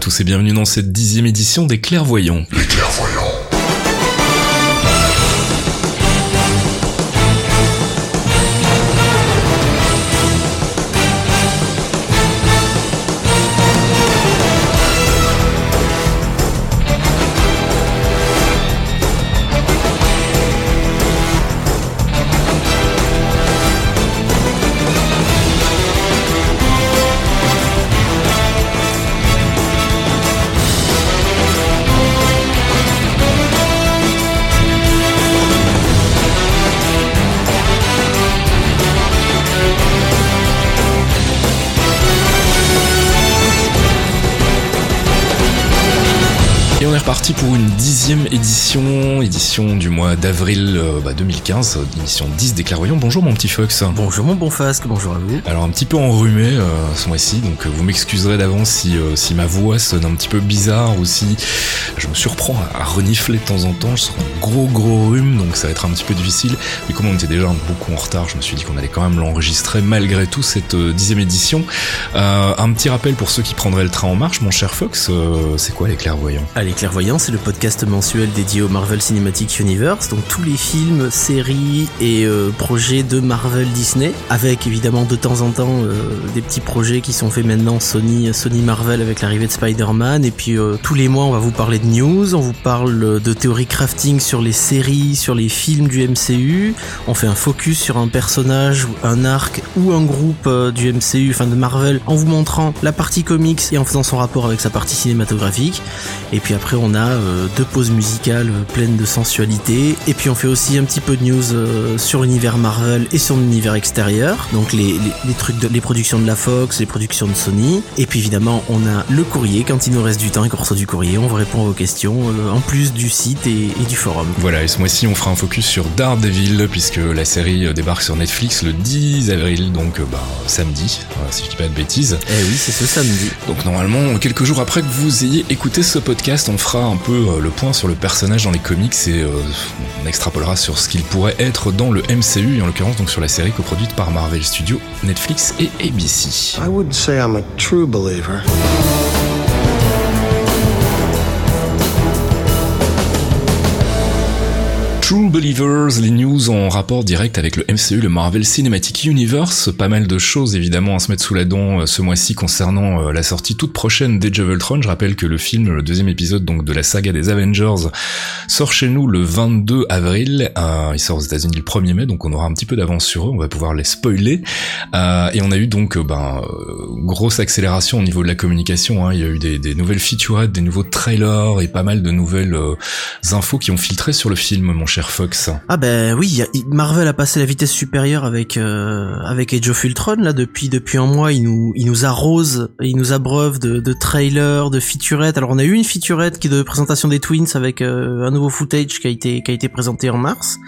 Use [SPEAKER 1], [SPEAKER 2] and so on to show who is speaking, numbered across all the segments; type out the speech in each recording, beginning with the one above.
[SPEAKER 1] tous et bienvenue dans cette 10e édition des Clairvoyants.
[SPEAKER 2] Les Clairvoyants.
[SPEAKER 1] Et on est reparti pour une 10e édition du mois d'avril 2015, émission 10 des Clairvoyants. Bonjour mon petit Fox.
[SPEAKER 3] Bonjour mon bon Fasque, bonjour à vous.
[SPEAKER 1] Alors un petit peu enrhumé ce mois-ci, donc vous m'excuserez d'avance si ma voix sonne un petit peu bizarre ou si je me surprends à renifler de temps en temps. Je sors un gros rhume, donc ça va être un petit peu difficile. Mais comme on était déjà beaucoup en retard, je me suis dit qu'on allait quand même l'enregistrer malgré tout cette 10e édition. Un petit rappel pour ceux qui prendraient le train en marche, mon cher Fox, c'est quoi les Clairvoyants ?
[SPEAKER 3] Les Clairvoyants, c'est le podcast mensuel dédié au Marvel Cinematic Universe, donc tous les films, séries et projets de Marvel Disney, avec évidemment de temps en temps des petits projets qui sont faits maintenant Sony Marvel avec l'arrivée de Spider-Man, et puis tous les mois on va vous parler de news, on vous parle de théorie crafting sur les séries, sur les films du MCU, on fait un focus sur un personnage, un arc ou un groupe du MCU, enfin de Marvel, en vous montrant la partie comics et en faisant son rapport avec sa partie cinématographique, et puis après on a deux pauses musicales pleines de sensualité, et puis on fait aussi un petit peu de news sur l'univers Marvel et sur l'univers extérieur, donc les trucs les productions de la Fox, les productions de Sony, et puis évidemment on a le courrier quand il nous reste du temps et qu'on reçoit du courrier, on vous répond à vos questions en plus du site et du forum.
[SPEAKER 1] Voilà, et ce mois-ci on fera un focus sur Daredevil puisque la série débarque sur Netflix le 10 avril, donc samedi, si je dis pas de bêtises.
[SPEAKER 3] Eh oui, c'est ce samedi.
[SPEAKER 1] Donc normalement, quelques jours après que vous ayez écouté ce podcast, on fera un peu le point sur le personnage dans les comics et on extrapolera sur ce qu'il pourrait être dans le MCU, et en l'occurrence donc sur la série coproduite par Marvel Studios, Netflix et ABC.
[SPEAKER 4] I wouldn't say I'm a true believer.
[SPEAKER 1] True Believers, les news en rapport direct avec le MCU, le Marvel Cinematic Universe. Pas mal de choses évidemment à se mettre sous la dent ce mois-ci concernant la sortie toute prochaine d'Age of Ultron. Je rappelle que le film, le deuxième épisode donc de la saga des Avengers, sort chez nous le 22 avril. Il sort aux États-Unis le 1er mai, donc on aura un petit peu d'avance sur eux, on va pouvoir les spoiler. Et on a eu donc grosse accélération au niveau de la communication. Il y a eu des nouvelles featurettes, des nouveaux trailers et pas mal de nouvelles infos qui ont filtré sur le film, mon cher Fox.
[SPEAKER 3] Ah ben oui, Marvel a passé la vitesse supérieure avec Age of Ultron là depuis un mois. Il nous arrose, il nous abreuve de trailers, de featurettes. Alors on a eu une featurette qui est de présentation des Twins avec un nouveau footage qui a été présenté en mars.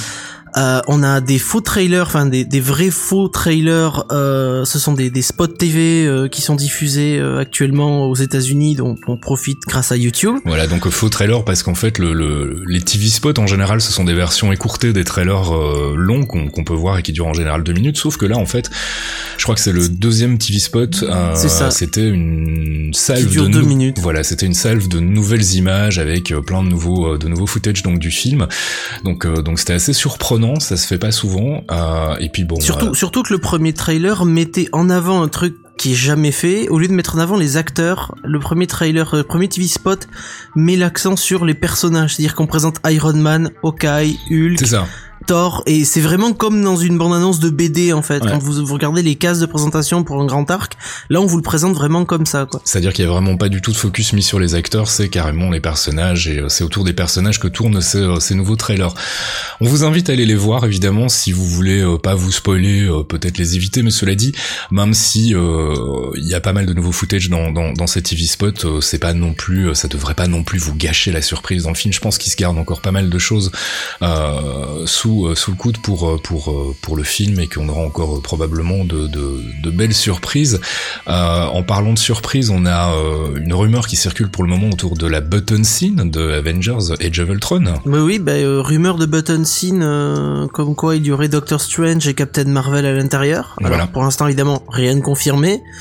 [SPEAKER 3] On a des faux trailers, enfin des vrais faux trailers. Ce sont des spots TV qui sont diffusés actuellement aux États-Unis, dont on profite grâce à YouTube.
[SPEAKER 1] Voilà, donc faux trailers parce qu'en fait les TV spots en général ce sont des versions écourtées des trailers longs qu'on peut voir et qui durent en général 2 minutes. Sauf que là en fait, je crois que c'est le deuxième TV spot.
[SPEAKER 3] C'est ça.
[SPEAKER 1] C'était une salve
[SPEAKER 3] qui dure 2 minutes.
[SPEAKER 1] Voilà, c'était une salve de nouvelles images avec plein de nouveaux footage donc du film. Donc c'était assez surprenant. Ça se fait pas souvent, et puis bon.
[SPEAKER 3] Surtout que le premier trailer mettait en avant un truc qui est jamais fait. Au lieu de mettre en avant les acteurs, le premier TV spot met l'accent sur les personnages. C'est-à-dire qu'on présente Iron Man, Hawkeye, Hulk.
[SPEAKER 1] C'est ça.
[SPEAKER 3] Thor, et c'est vraiment comme dans une bande-annonce de BD en fait.
[SPEAKER 1] Ouais.
[SPEAKER 3] Quand vous regardez les cases de présentation pour un grand arc, là on vous le présente vraiment comme ça quoi.
[SPEAKER 1] C'est-à-dire qu'il y a vraiment pas du tout de focus mis sur les acteurs, c'est carrément les personnages, et c'est autour des personnages que tournent ces nouveaux trailers. On vous invite à aller les voir évidemment si vous voulez pas vous spoiler, peut-être les éviter, mais cela dit, même si il y a pas mal de nouveaux footage dans ces TV spots, c'est pas non plus, ça devrait pas non plus vous gâcher la surprise dans le film. Je pense qu'il se garde encore pas mal de choses sous le coude pour le film, et qu'on aura encore probablement de belles surprises. En parlant de surprises, on a une rumeur qui circule pour le moment autour de la button scene de Avengers Age of Ultron.
[SPEAKER 3] Mais oui, rumeur de button scene comme quoi il y aurait Doctor Strange et Captain Marvel à l'intérieur. Alors
[SPEAKER 1] voilà.
[SPEAKER 3] pour l'instant évidemment rien de confirmé.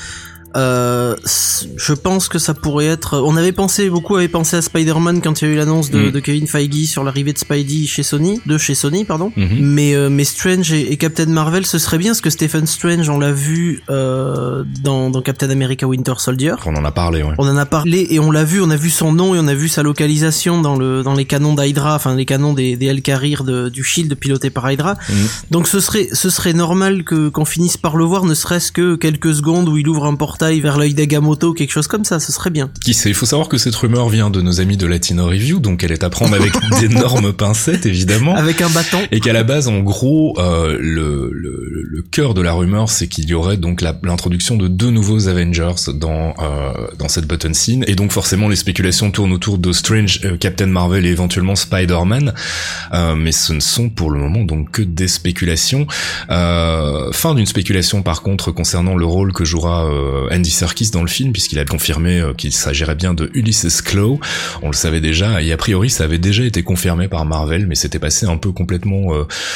[SPEAKER 3] Je pense que ça pourrait être... Beaucoup avaient pensé à Spider-Man quand il y a eu l'annonce de Kevin Feige sur l'arrivée de Spidey chez Sony, mais Strange et Captain Marvel, ce serait bien, parce que Stephen Strange, on l'a vu dans Captain America Winter Soldier.
[SPEAKER 1] On en a parlé, ouais.
[SPEAKER 3] On en a parlé et on a vu son nom et on a vu sa localisation dans les canons d'Hydra, enfin les canons des Hellcarrier du Shield piloté par Hydra. Donc ce serait normal qu'on finisse par le voir, ne serait-ce que quelques secondes où il ouvre un portail vers l'œil d'Agamotto, quelque chose comme ça, ce serait bien.
[SPEAKER 1] Qui sait, il faut savoir que cette rumeur vient de nos amis de Latino Review, donc elle est à prendre avec d'énormes pincettes, évidemment.
[SPEAKER 3] Avec un bâton.
[SPEAKER 1] Et qu'à la base, en gros, le cœur de la rumeur, c'est qu'il y aurait donc l'introduction de 2 nouveaux Avengers dans cette button scene, et donc forcément les spéculations tournent autour de Strange, Captain Marvel et éventuellement Spider-Man, mais ce ne sont pour le moment donc que des spéculations. Fin d'une spéculation par contre concernant le rôle que jouera Andy Serkis dans le film, puisqu'il a confirmé qu'il s'agirait bien de Ulysses Klaue. On le savait déjà, et a priori ça avait déjà été confirmé par Marvel, mais c'était passé un peu complètement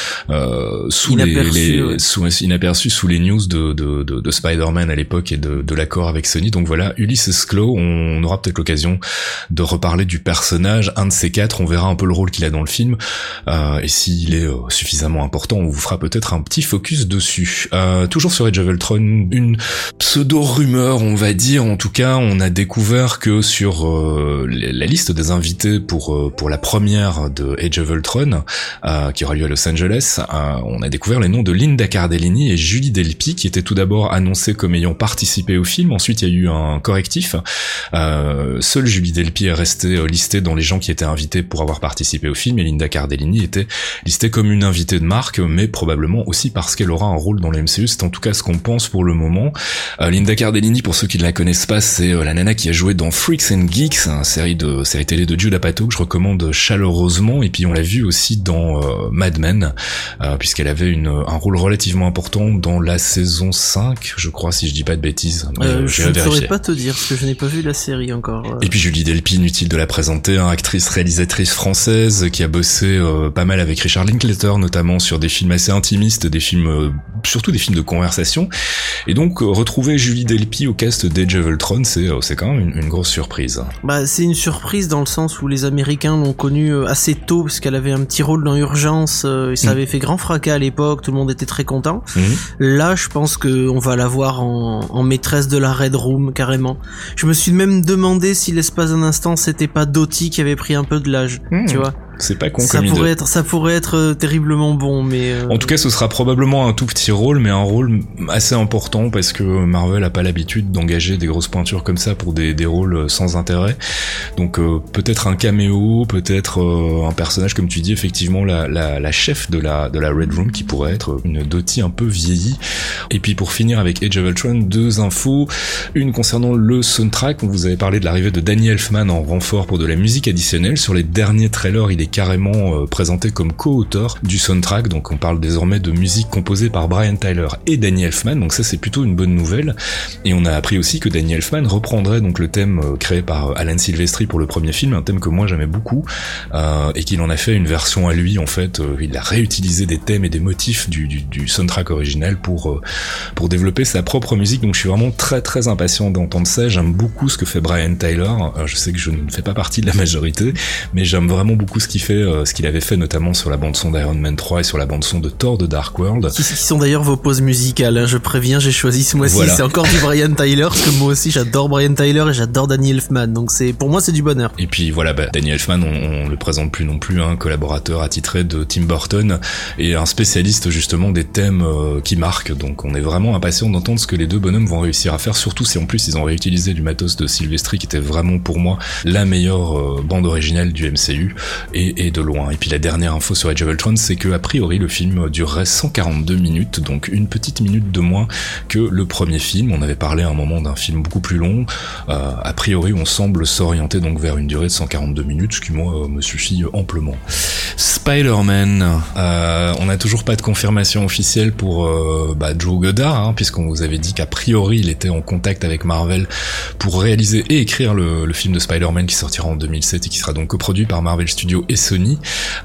[SPEAKER 1] inaperçu sous les news de Spider-Man à l'époque et de l'accord avec Sony. Donc voilà, Ulysses Klaue, on aura peut-être l'occasion de reparler du personnage, un de ces 4, on verra un peu le rôle qu'il a dans le film, et s'il est suffisamment important, on vous fera peut-être un petit focus dessus. Toujours sur Age of Ultron, une pseudo-rumeur, on va dire, en tout cas, on a découvert que sur la liste des invités pour la première de Age of Ultron, qui aura lieu à Los Angeles, on a découvert les noms de Linda Cardellini et Julie Delpy, qui étaient tout d'abord annoncés comme ayant participé au film. Ensuite, il y a eu un correctif. Seule Julie Delpy est restée listée dans les gens qui étaient invités pour avoir participé au film, et Linda Cardellini était listée comme une invitée de marque, mais probablement aussi parce qu'elle aura un rôle dans le MCU. C'est en tout cas ce qu'on pense pour le moment. Linda Cardellini, pour ceux qui ne la connaissent pas, c'est la nana qui a joué dans Freaks and Geeks, une série télé de Judd Apatow que je recommande chaleureusement, et puis on l'a vue aussi dans Mad Men, puisqu'elle avait un rôle relativement important dans la saison 5, je crois, si je dis pas de bêtises.
[SPEAKER 3] Je ne saurais pas te dire, parce que je n'ai pas vu la série encore.
[SPEAKER 1] Et puis Julie Delpy, inutile de la présenter, actrice réalisatrice française qui a bossé pas mal avec Richard Linklater, notamment sur des films assez intimistes, surtout des films de conversation. Et donc retrouver Julie Delpy au cast d'Age of Ultron, c'est quand même une grosse surprise.
[SPEAKER 3] C'est une surprise dans le sens où les Américains l'ont connue assez tôt, parce qu'elle avait un petit rôle dans Urgence, et ça avait fait grand fracas à l'époque, tout le monde était très content. Là, je pense qu'on va la voir en maîtresse de la Red Room, carrément. Je me suis même demandé si l'espace d'un instant c'était pas Dottie qui avait pris un peu de l'âge, tu vois.
[SPEAKER 1] C'est pas con
[SPEAKER 3] ça
[SPEAKER 1] comme idée.
[SPEAKER 3] Ça pourrait être terriblement bon, mais...
[SPEAKER 1] En tout cas, ce sera probablement un tout petit rôle, mais un rôle assez important, parce que Marvel a pas l'habitude d'engager des grosses pointures comme ça pour des rôles sans intérêt. Donc peut-être un caméo, peut-être un personnage, comme tu dis, effectivement la chef de la Red Room, qui pourrait être une Dottie un peu vieillie. Et puis pour finir avec Age of Ultron, 2 infos. Une concernant le soundtrack. On vous avait parlé de l'arrivée de Danny Elfman en renfort pour de la musique additionnelle. Sur les derniers trailers, il est carrément présenté comme co-auteur du soundtrack, donc on parle désormais de musique composée par Brian Tyler et Danny Elfman, donc ça c'est plutôt une bonne nouvelle. Et on a appris aussi que Danny Elfman reprendrait donc le thème créé par Alan Silvestri pour le premier film, un thème que moi j'aimais beaucoup, et qu'il en a fait une version à lui, en fait. Il a réutilisé des thèmes et des motifs du soundtrack original pour développer sa propre musique, donc je suis vraiment très très impatient d'entendre ça. J'aime beaucoup ce que fait Brian Tyler, je sais que je ne fais pas partie de la majorité, mais j'aime vraiment beaucoup ce qu'il avait fait notamment sur la bande son d'Iron Man 3 et sur la bande son de Thor de Dark World.
[SPEAKER 3] Qui sont d'ailleurs vos pauses musicales, hein, je préviens, j'ai choisi ce mois-ci,
[SPEAKER 1] voilà.
[SPEAKER 3] C'est encore du Brian Tyler, parce que moi aussi j'adore Brian Tyler et j'adore Danny Elfman, donc pour moi c'est du bonheur.
[SPEAKER 1] Et puis voilà, Danny Elfman, on le présente plus non plus, collaborateur attitré de Tim Burton et un spécialiste justement des thèmes qui marquent, donc on est vraiment impatient d'entendre ce que les deux bonhommes vont réussir à faire, surtout si en plus ils ont réutilisé du matos de Silvestri qui était vraiment pour moi la meilleure bande originale du MCU, et de loin. Et puis la dernière info sur Age of Ultron, c'est que a priori le film durerait 142 minutes, donc une petite minute de moins que le premier film. On avait parlé à un moment d'un film beaucoup plus long. A priori on semble s'orienter donc vers une durée de 142 minutes, ce qui moi me suffit amplement. Spider-Man, on n'a toujours pas de confirmation officielle pour Drew Goddard, hein, puisqu'on vous avait dit qu'a priori il était en contact avec Marvel pour réaliser et écrire le film de Spider-Man qui sortira en 2007 et qui sera donc coproduit par Marvel Studios et Sony.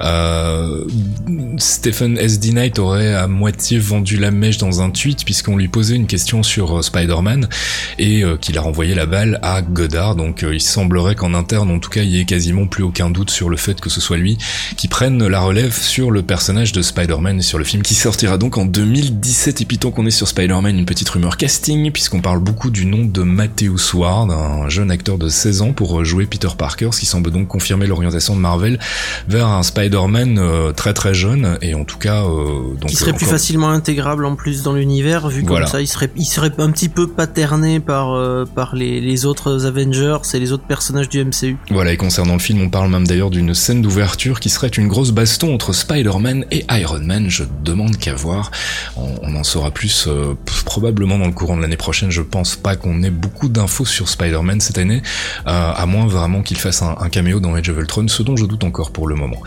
[SPEAKER 1] Stephen S.D. Knight aurait à moitié vendu la mèche dans un tweet puisqu'on lui posait une question sur Spider-Man et qu'il a renvoyé la balle à Goddard, donc il semblerait qu'en interne en tout cas il y ait quasiment plus aucun doute sur le fait que ce soit lui qui prenne la relève sur le personnage de Spider-Man et sur le film qui sortira donc en 2017. Et puis tant qu'on est sur Spider-Man, une petite rumeur casting, puisqu'on parle beaucoup du nom de Matthews Ward, un jeune acteur de 16 ans pour jouer Peter Parker, ce qui semble donc confirmer l'orientation de Marvel vers un Spider-Man très très jeune, et en tout cas donc
[SPEAKER 3] qui serait plus facilement intégrable en plus dans l'univers, vu comme ça il serait un petit peu paterné par les autres Avengers et les autres personnages du MCU.
[SPEAKER 1] Voilà, et concernant le film, on parle même d'ailleurs d'une scène d'ouverture qui serait une grosse baston entre Spider-Man et Iron Man. Je demande qu'à voir. On en saura plus probablement dans le courant de l'année prochaine. Je pense pas qu'on ait beaucoup d'infos sur Spider-Man cette année, à moins vraiment qu'il fasse un caméo dans Age of Ultron, ce dont je doute encore pour le moment.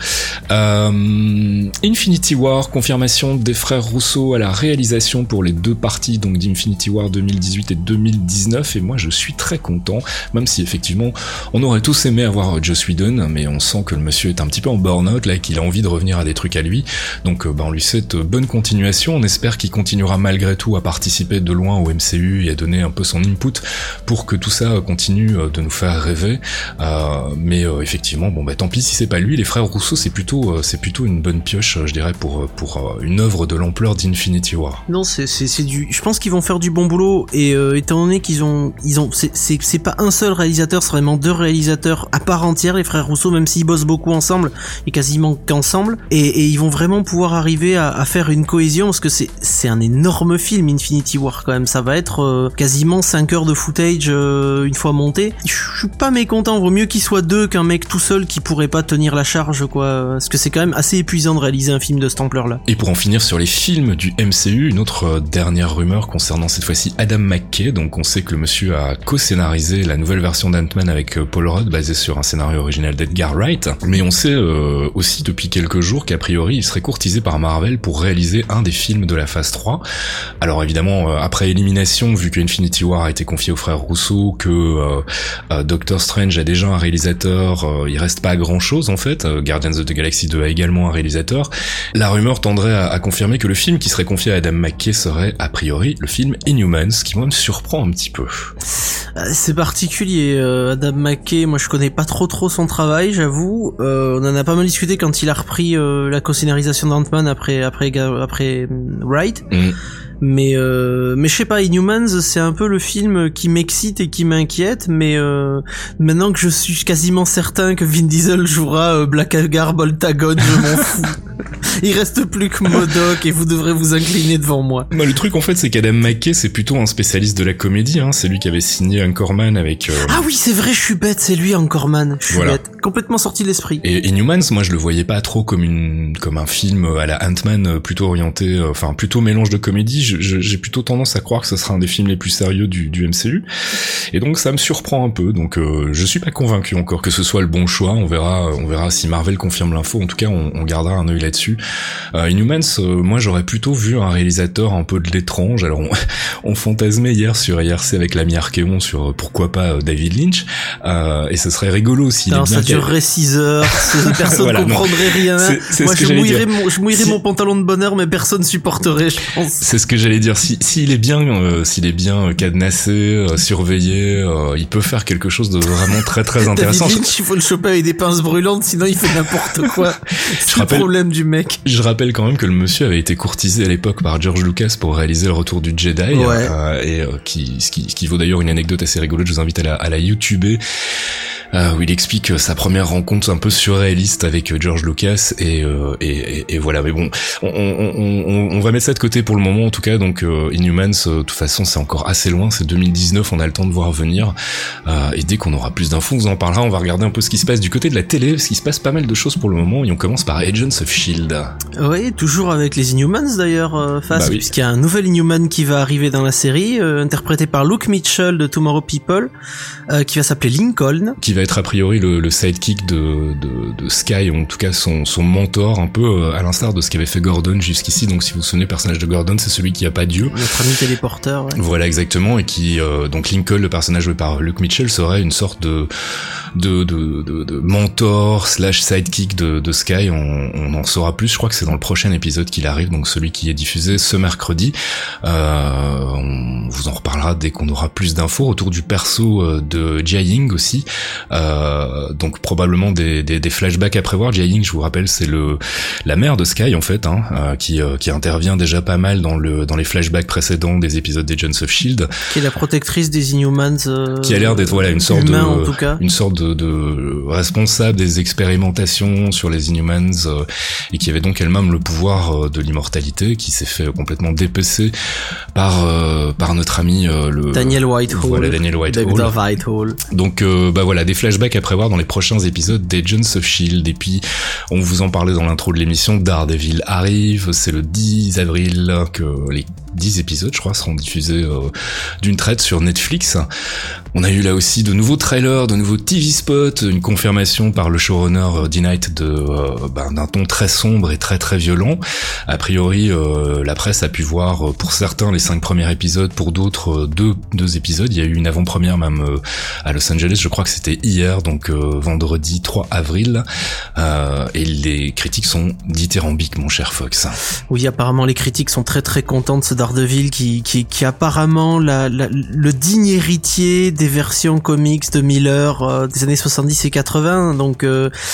[SPEAKER 1] Infinity War, confirmation des frères Russo à la réalisation pour les deux parties donc d'Infinity War 2018 et 2019, et moi je suis très content, même si effectivement on aurait tous aimé avoir Joss Whedon, mais on sent que le monsieur est un petit peu en burn-out là et qu'il a envie de revenir à des trucs à lui, donc on lui souhaite bonne continuation. On espère qu'il continuera malgré tout à participer de loin au MCU et à donner un peu son input pour que tout ça continue de nous faire rêver, mais effectivement tant pis si c'est pas lui. Les frères Russo c'est plutôt une bonne pioche, je dirais, pour une œuvre de l'ampleur d'Infinity War.
[SPEAKER 3] Non, je pense qu'ils vont faire du bon boulot, et étant donné qu'ils ont c'est pas un seul réalisateur, c'est vraiment deux réalisateurs à part entière, les frères Russo, même s'ils bossent beaucoup ensemble et quasiment qu'ensemble, et ils vont vraiment pouvoir arriver à faire une cohésion, parce que c'est un énorme film Infinity War quand même. Ça va être quasiment 5 heures de footage une fois monté. Je suis pas mécontent, vaut mieux qu'il soit deux qu'un mec tout seul qui pourrait pas tenir la charge, quoi, parce que c'est quand même assez épuisant de réaliser un film de cette ampleur là.
[SPEAKER 1] Et pour en finir sur les films du MCU, une autre dernière rumeur concernant cette fois-ci Adam McKay. Donc on sait que le monsieur a co-scénarisé la nouvelle version d'Ant-Man avec Paul Rudd, basée sur un scénario original d'Edgar Wright, mais on sait aussi depuis quelques jours qu'a priori il serait courtisé par Marvel pour réaliser un des films de la phase 3. Alors évidemment après élimination, vu que Infinity War a été confié aux frères Russo, que Doctor Strange a déjà un réalisateur, il reste pas grand chose en fait. Guardians of the Galaxy 2 a également un réalisateur. La rumeur tendrait à confirmer que le film qui serait confié à Adam McKay serait a priori le film Inhumans, ce qui moi me surprend un petit peu.
[SPEAKER 3] C'est particulier, Adam McKay, moi je connais pas trop son travail, j'avoue. On en a pas mal discuté quand il a repris la co-scénarisation d'Ant-Man après Wright. Mais je sais pas, Inhumans c'est un peu le film qui m'excite et qui m'inquiète, mais maintenant que je suis quasiment certain que Vin Diesel jouera Blackhagar Boltagon, je m'en fous. Il reste plus que MODOK et vous devrez vous incliner devant moi.
[SPEAKER 1] Bah, le truc en fait c'est qu'Adam McKay c'est plutôt un spécialiste de la comédie, hein. C'est lui qui avait signé Anchorman avec...
[SPEAKER 3] Ah oui c'est vrai, je suis bête, c'est lui Anchorman, je suis bête, complètement sorti de l'esprit.
[SPEAKER 1] Et Inhumans, moi je le voyais pas trop comme un film à la Ant-Man, plutôt orienté, plutôt mélange de comédie. J'ai plutôt tendance à croire que ce sera un des films les plus sérieux du MCU, et donc ça me surprend un peu, donc je suis pas convaincu encore que ce soit le bon choix. On verra si Marvel confirme l'info, en tout cas on gardera un œil là-dessus. Inhumans, moi j'aurais plutôt vu un réalisateur un peu de l'étrange. Alors on fantasmait hier sur IRC avec l'ami Archeon sur pourquoi pas David Lynch, et ce serait rigolo s'il est bien...
[SPEAKER 3] Ça durerait 6 heures, personne voilà, comprendrait rien. Moi je mouillerais mon pantalon de bonheur, mais personne supporterait, je pense.
[SPEAKER 1] C'est ce que j'allais dire. S'il est bien cadenassé, surveillé, il peut faire quelque chose de vraiment très très intéressant.
[SPEAKER 3] David Lynch, il faut le choper avec des pinces brûlantes, sinon il fait n'importe quoi. C'est le problème du mec.
[SPEAKER 1] Je rappelle quand même que le monsieur avait été courtisé à l'époque par George Lucas pour réaliser Le Retour du Jedi, qui vaut d'ailleurs une anecdote assez rigolote. Je vous invite à la YouTuber. Où il explique sa première rencontre un peu surréaliste avec George Lucas, et voilà. Mais bon, on va mettre ça de côté pour le moment en tout cas. Donc Inhumans, de toute façon c'est encore assez loin, c'est 2019, on a le temps de voir venir, et dès qu'on aura plus d'infos on vous en parlera. On va regarder un peu ce qui se passe du côté de la télé, parce qu'il se passe pas mal de choses pour le moment, et on commence par Agents of S.H.I.E.L.D.
[SPEAKER 3] Oui, toujours avec les Inhumans d'ailleurs, puisqu'il y a un nouvel Inhuman qui va arriver dans la série, interprété par Luke Mitchell de Tomorrow People, qui va s'appeler Lincoln,
[SPEAKER 1] qui va être a priori le sidekick de Sky, ou en tout cas son mentor, un peu à l'instar de ce qu'avait fait Gordon jusqu'ici. Donc si vous vous souvenez, le personnage de Gordon, c'est celui qui a pas Dieu.
[SPEAKER 3] Notre ami téléporteur. Ouais.
[SPEAKER 1] Voilà, exactement, et qui donc Lincoln, le personnage joué par Luke Mitchell, serait une sorte de mentor / sidekick de Sky. On en saura plus, je crois que c'est dans le prochain épisode qu'il arrive, donc celui qui est diffusé ce mercredi. On vous en reparlera dès qu'on aura plus d'infos autour du perso de Jia-Ying aussi. Donc probablement des flashbacks à prévoir. Jia-Ying, je vous rappelle, c'est la mère de Sky en fait, qui intervient déjà pas mal dans les flashbacks précédents des épisodes des Agents of Shield.
[SPEAKER 3] Qui est la protectrice des Inhumans.
[SPEAKER 1] Qui a l'air d'être une sorte
[SPEAKER 3] humain, en tout cas.
[SPEAKER 1] Une sorte de responsable des expérimentations sur les Inhumans, et qui avait donc elle-même le pouvoir de l'immortalité, qui s'est fait complètement dépecer par notre ami
[SPEAKER 3] Daniel Whitehall.
[SPEAKER 1] Voilà, Daniel Whitehall. Donc voilà, des flashbacks à prévoir dans les prochains épisodes des Agents of Shield. Et puis on vous en parlait dans l'intro de l'émission, Daredevil arrive, c'est le 10 avril que les 10 épisodes, je crois, seront diffusés d'une traite sur Netflix. On a eu là aussi de nouveaux trailers, de nouveaux TV spots, une confirmation par le showrunner D-Night d'un ton très sombre et très très violent. A priori, la presse a pu voir pour certains les 5 premiers épisodes, pour d'autres deux épisodes. Il y a eu une avant-première même à Los Angeles, je crois que c'était hier, donc vendredi 3 avril. Et les critiques sont dithyrambiques, mon cher Fox.
[SPEAKER 3] Oui, apparemment les critiques sont très très contents de ce Daredevil qui apparemment le digne héritier des versions comics de Miller des années 70 et 80. Donc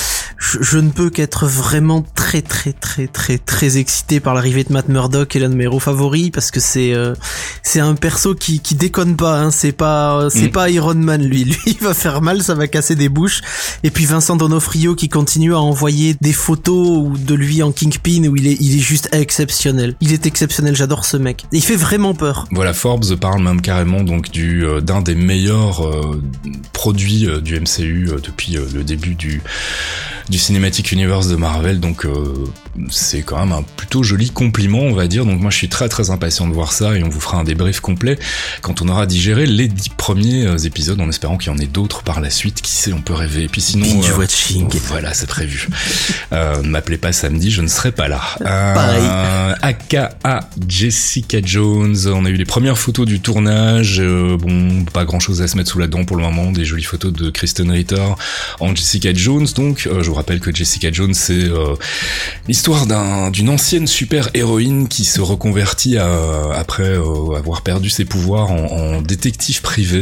[SPEAKER 3] je ne peux qu'être vraiment très très très très très excité par l'arrivée de Matt Murdock, qui est l'un de mes héros favoris, parce que c'est un perso qui déconne pas, hein. C'est pas Iron Man, lui il va faire mal, ça va casser des bouches. Et puis Vincent D'Onofrio qui continue à envoyer des photos de lui en Kingpin, où il est juste exceptionnel. Il est exceptionnel, j'adore ce mec. Et il fait vraiment peur.
[SPEAKER 1] Voilà, Forbes parle même carrément donc d'un des meilleurs produits du MCU depuis le début du Cinematic Universe de Marvel, donc c'est quand même un plutôt joli compliment, on va dire. Donc moi je suis très très impatient de voir ça, et on vous fera un débrief complet quand on aura digéré les 10 premiers épisodes, en espérant qu'il y en ait d'autres par la suite, qui sait, on peut rêver. Et puis sinon
[SPEAKER 3] binge watching.
[SPEAKER 1] Voilà, c'est prévu. Ne m'appelez pas samedi, je ne serai pas là.
[SPEAKER 3] Pareil.
[SPEAKER 1] AKA Jessica Jones, on a eu les premières photos du tournage, pas grand chose à se mettre sous la dent pour le moment, des jolies photos de Kristen Ritter en Jessica Jones. Donc je vous rappelle que Jessica Jones, c'est l'histoire d'une ancienne super-héroïne qui se reconvertit après avoir perdu ses pouvoirs en détective privé.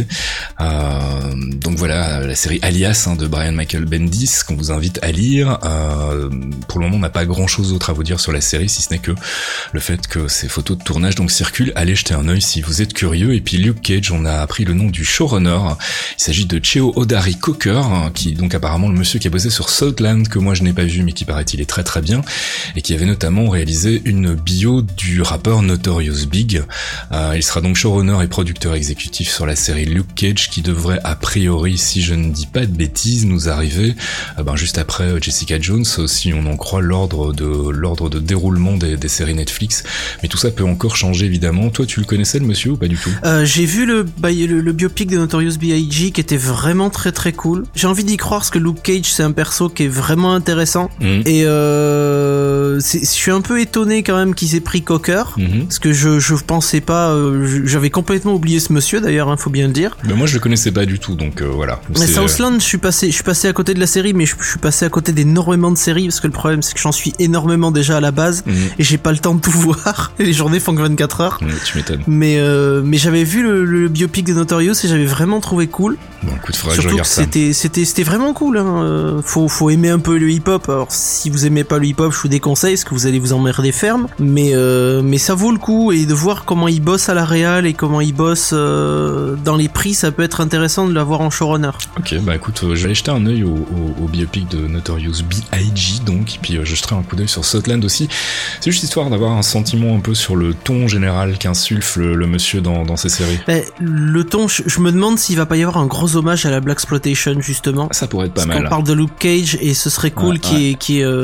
[SPEAKER 1] Donc voilà, la série Alias de Brian Michael Bendis, qu'on vous invite à lire. Pour le moment, on n'a pas grand-chose d'autre à vous dire sur la série, si ce n'est que le fait que ces photos de tournage donc circulent. Allez jeter un œil si vous êtes curieux. Et puis Luke Cage, on a appris le nom du showrunner. Il s'agit de Cheo Hodari Coker, qui est donc apparemment le monsieur qui a bossé sur Southland, que moi je n'ai pas vu, mais qui paraît-il est très très bien, et qui avait notamment réalisé une bio du rappeur Notorious Big. Il sera donc showrunner et producteur exécutif sur la série Luke Cage, qui devrait a priori, si je ne dis pas de bêtises, nous arriver juste après Jessica Jones, si on en croit l'ordre de déroulement des séries Netflix. Mais tout ça peut encore changer évidemment. Toi, tu le connaissais le monsieur ou pas du tout?
[SPEAKER 3] J'ai vu le biopic de Notorious B.I.G. qui était vraiment très très cool. J'ai envie d'y croire parce que Luke Cage, c'est un perso qui est vraiment intéressant. Et je suis un peu étonné quand même qu'il s'est pris Coker, parce que je pensais pas, j'avais complètement oublié ce monsieur d'ailleurs, faut bien le dire.
[SPEAKER 1] Mais moi je le connaissais pas du tout, donc voilà.
[SPEAKER 3] Mais Southland, je suis passé à côté de la série, mais je suis passé à côté d'énormément de séries, parce que le problème c'est que j'en suis énormément déjà à la base, et j'ai pas le temps de tout voir. Les journées font que 24 heures.
[SPEAKER 1] Tu m'étonnes.
[SPEAKER 3] Mais j'avais vu le biopic de Notorious et j'avais vraiment trouvé cool.
[SPEAKER 1] Bon, écoute, faudrait
[SPEAKER 3] surtout
[SPEAKER 1] que je regarde
[SPEAKER 3] que c'était vraiment cool, hein. Faut aimer un peu le hip-hop. Alors si vous aimez pas le hip-hop, je vous déconseille, parce que vous allez vous emmerder ferme. Mais ça vaut le coup, et de voir comment il bosse à la réal et comment il bosse dans les prix, ça peut être intéressant de l'avoir en showrunner.
[SPEAKER 1] Ok, écoute, je vais aller jeter un œil au biopic de Notorious B.I.G. donc, et puis je jeterai un coup d'œil sur Southland aussi. C'est juste histoire d'avoir un sentiment un peu sur le ton général qu'insuffle le monsieur dans ces séries.
[SPEAKER 3] Le ton, je me demande s'il va pas y avoir un gros hommage à la Blaxploitation justement.
[SPEAKER 1] Ça pourrait être pas
[SPEAKER 3] mal.
[SPEAKER 1] Parce
[SPEAKER 3] qu'on parle de Luke Cage, et ce serait cool qu'il y ait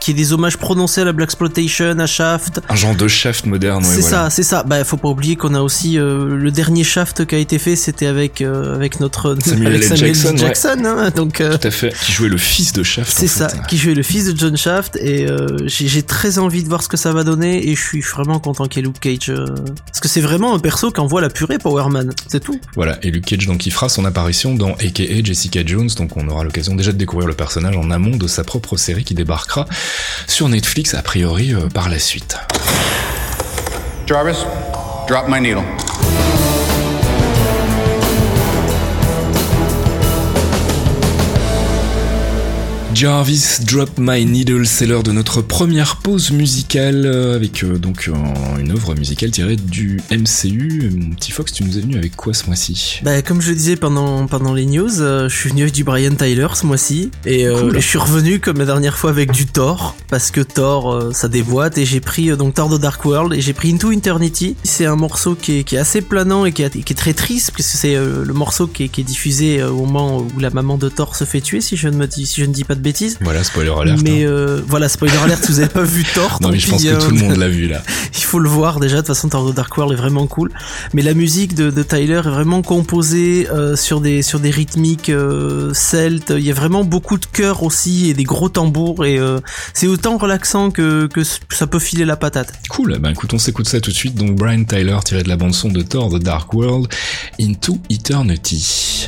[SPEAKER 3] qui est des hommages prononcés à la Blaxploitation, à Shaft.
[SPEAKER 1] Un genre de Shaft moderne, ouais, voilà.
[SPEAKER 3] C'est ça. Bah, faut pas oublier qu'on a aussi le dernier Shaft qui a été fait, c'était avec notre
[SPEAKER 1] Samuel L. Jackson,
[SPEAKER 3] ouais. Hein, donc
[SPEAKER 1] tout à fait, qui jouait le fils de Shaft.
[SPEAKER 3] C'est ça, qui jouait le fils de John Shaft, et j'ai très envie de voir ce que ça va donner, et je suis vraiment content qu'il y ait Luke Cage, parce que c'est vraiment un perso qui envoie la purée, Power Man, c'est tout.
[SPEAKER 1] Voilà, et Luke Cage donc qui fera son apparition dans A.K.A. Jessica Jones, donc on aura l'occasion déjà de découvrir le personnage en amont de sa propre série qui débarquera sur Netflix a priori par la suite.
[SPEAKER 2] Jarvis, drop my needle.
[SPEAKER 1] Jarvis, Drop My Needle, c'est l'heure de notre première pause musicale avec donc une œuvre musicale tirée du MCU. Mon petit Fox, tu nous es venu avec quoi ce mois-ci ?
[SPEAKER 3] Bah, comme je le disais pendant les news, je suis venu avec du Brian Tyler ce mois-ci, et
[SPEAKER 1] cool.
[SPEAKER 3] je suis revenu comme la dernière fois avec du Thor, parce que Thor ça déboîte, et j'ai pris donc Thor The Dark World, et j'ai pris Into Eternity. C'est un morceau qui est assez planant et qui est très triste, parce que c'est le morceau qui est diffusé au moment où la maman de Thor se fait tuer, si je ne dis pas de bêtises.
[SPEAKER 1] Voilà, spoiler alert.
[SPEAKER 3] Mais voilà, spoiler alert, si vous avez pas vu Thor.
[SPEAKER 1] Non mais je pense que tout le monde l'a vu là.
[SPEAKER 3] Il faut le voir déjà, de toute façon Thor The Dark World est vraiment cool. Mais la musique de Tyler est vraiment composée sur des rythmiques celtes. Il y a vraiment beaucoup de chœurs aussi et des gros tambours, et c'est autant relaxant que ça peut filer la patate.
[SPEAKER 1] Cool, ben écoute, on s'écoute ça tout de suite. Donc Brian Tyler tiré de la bande son de Thor The Dark World, Into Eternity.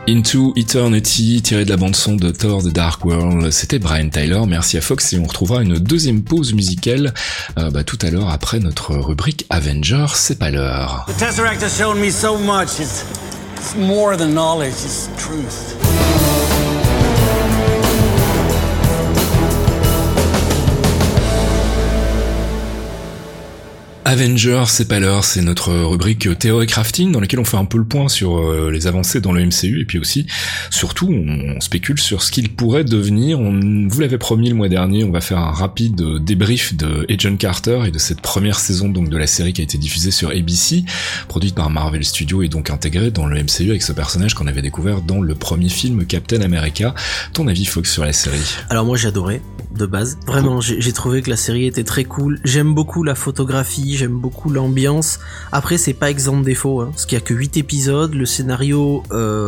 [SPEAKER 1] Into Eternity, tiré de la bande-son de Thor The Dark World, c'était Brian Tyler, merci à Fox, et on retrouvera une deuxième pause musicale tout à l'heure après notre rubrique Avengers, c'est pas l'heure.
[SPEAKER 5] The Tesseract has shown me so much, it's more than knowledge, it's truth.
[SPEAKER 1] Avengers, c'est pas l'heure, c'est notre rubrique Théorie Crafting dans laquelle on fait un peu le point sur les avancées dans le MCU et puis aussi, surtout, on spécule sur ce qu'il pourrait devenir. On vous l'avait promis le mois dernier, on va faire un rapide débrief de Agent Carter et de cette première saison donc de la série qui a été diffusée sur ABC, produite par Marvel Studios et donc intégrée dans le MCU avec ce personnage qu'on avait découvert dans le premier film Captain America. Ton avis, Fox, sur la série?
[SPEAKER 3] Alors moi j'adorais, de base. Vraiment, j'ai trouvé que la série était très cool. J'aime beaucoup la photographie, j'aime beaucoup l'ambiance. Après, c'est pas exempt de défaut, parce qu'il y a que 8 épisodes. Le scénario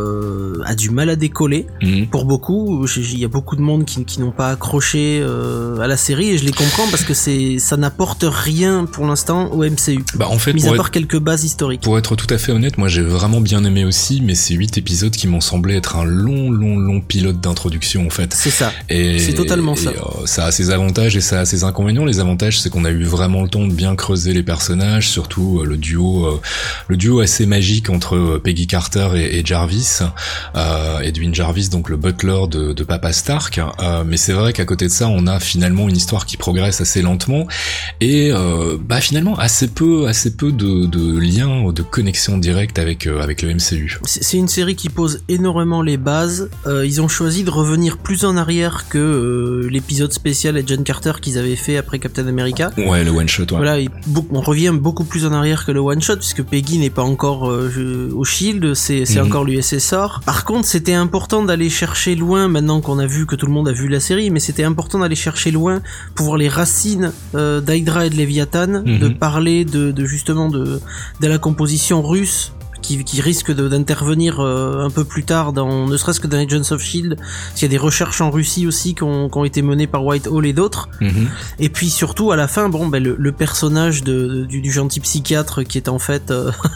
[SPEAKER 3] a du mal à décoller. Pour beaucoup, il y a beaucoup de monde qui n'ont pas accroché à la série et je les comprends parce que ça n'apporte rien pour l'instant au MCU.
[SPEAKER 1] En fait,
[SPEAKER 3] mis à part quelques bases historiques.
[SPEAKER 1] Pour être tout à fait honnête, moi j'ai vraiment bien aimé aussi, mais c'est 8 épisodes qui m'ont semblé être un long pilote d'introduction en fait.
[SPEAKER 3] C'est ça. C'est totalement ça.
[SPEAKER 1] Ça a ses avantages et ça a ses inconvénients. Les avantages, c'est qu'on a eu vraiment le temps de bien creuser les personnages, surtout le duo assez magique entre Peggy Carter et Jarvis, Edwin Jarvis, donc le butler de Papa Stark. Mais c'est vrai qu'à côté de ça, on a finalement une histoire qui progresse assez lentement et finalement assez peu de liens, de connexions directes avec le MCU.
[SPEAKER 3] C'est une série qui pose énormément les bases. Ils ont choisi de revenir plus en arrière que l'épisode spécial Agent Carter qu'ils avaient fait après Captain America.
[SPEAKER 1] Ouais, le one shot. Ouais.
[SPEAKER 3] Voilà, on revient beaucoup plus en arrière que le one shot puisque Peggy n'est pas encore au Shield, c'est encore l'USSR. Par contre, c'était important d'aller chercher loin maintenant qu'on a vu que tout le monde a vu la série, mais c'était important d'aller chercher loin pour voir les racines d'Hydra et de Léviathan, de parler justement de la composition russe qui risque d'intervenir un peu plus tard ne serait-ce que dans Agents of Shield. Il y a des recherches en Russie aussi qui ont été menées par Whitehall et d'autres. Et puis surtout à la fin, le personnage du gentil psychiatre qui est en fait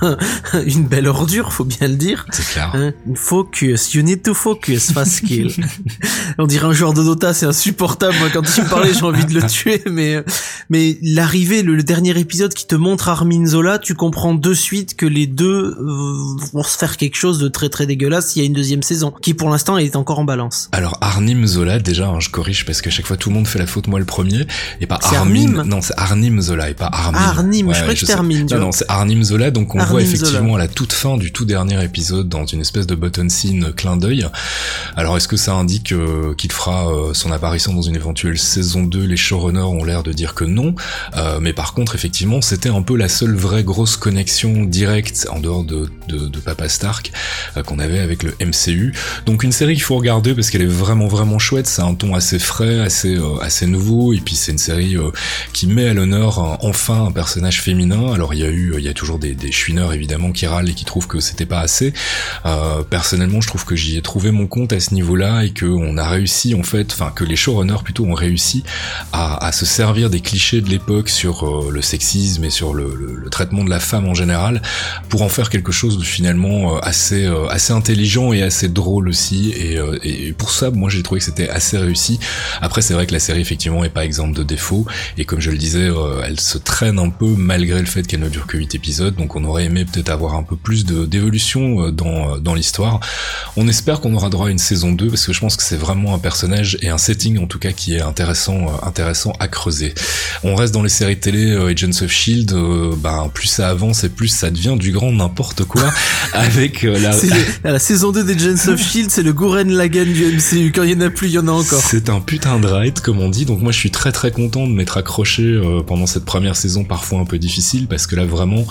[SPEAKER 3] une belle ordure, faut bien le dire.
[SPEAKER 1] C'est clair.
[SPEAKER 3] Focus, you need to focus, fast kill. On dirait un joueur de Dota, c'est insupportable. Moi, quand tu me parlais, j'ai envie de le tuer, mais l'arrivée, le dernier épisode qui te montre Armin Zola, tu comprends de suite que les deux vont se faire quelque chose de très très dégueulasse s'il y a une deuxième saison, qui pour l'instant est encore en balance.
[SPEAKER 1] Alors Arnim Zola, déjà, je corrige parce qu'à chaque fois tout le monde fait la faute, moi le premier, et pas
[SPEAKER 3] c'est
[SPEAKER 1] Armin. Non, c'est Arnim Zola et pas Armin.
[SPEAKER 3] Arnim, je croyais que c'était Armin.
[SPEAKER 1] Non, c'est Arnim Zola, donc on voit effectivement à la toute fin du tout dernier épisode dans une espèce de button scene clin d'œil. Alors est-ce que ça indique qu'il fera son apparition dans une éventuelle saison 2? Les showrunners ont l'air de dire que non, mais par contre effectivement c'était un peu la seule vraie grosse connexion directe en dehors de Papa Stark qu'on avait avec le MCU. Donc une série qu'il faut regarder parce qu'elle est vraiment chouette, c'est un ton assez frais, assez nouveau, et puis c'est une série qui met à l'honneur enfin un personnage féminin. Alors il y a toujours des chouineurs évidemment qui râlent et qui trouvent que c'était pas assez. Personnellement je trouve que j'y ai trouvé mon compte à ce niveau-là et que on a réussi que les showrunners plutôt ont réussi à se servir des clichés de l'époque sur le sexisme et sur le traitement de la femme en général pour en faire quelque chose de finalement assez intelligent et assez drôle aussi, et pour ça moi j'ai trouvé que c'était assez réussi. Après c'est vrai que la série effectivement est pas exempte de défauts, et comme je le disais elle se traîne un peu malgré le fait qu'elle ne dure que 8 épisodes, donc on aurait aimé peut-être avoir un peu plus d'évolution dans l'histoire. On espère qu'on aura droit à une saison 2 parce que je pense que c'est vraiment un personnage et un setting en tout cas qui est intéressant à creuser. On reste dans les séries télé, Agents of Shield, plus ça avance et plus ça devient du grand n'importe quoi avec
[SPEAKER 3] la saison 2 d'Agents of Shield, c'est le Gurren Lagann du MCU. Quand il y en a plus, il y en a encore.
[SPEAKER 1] C'est un putain de ride comme on dit, donc moi je suis très content de m'être accroché pendant cette première saison parfois un peu difficile, parce que là vraiment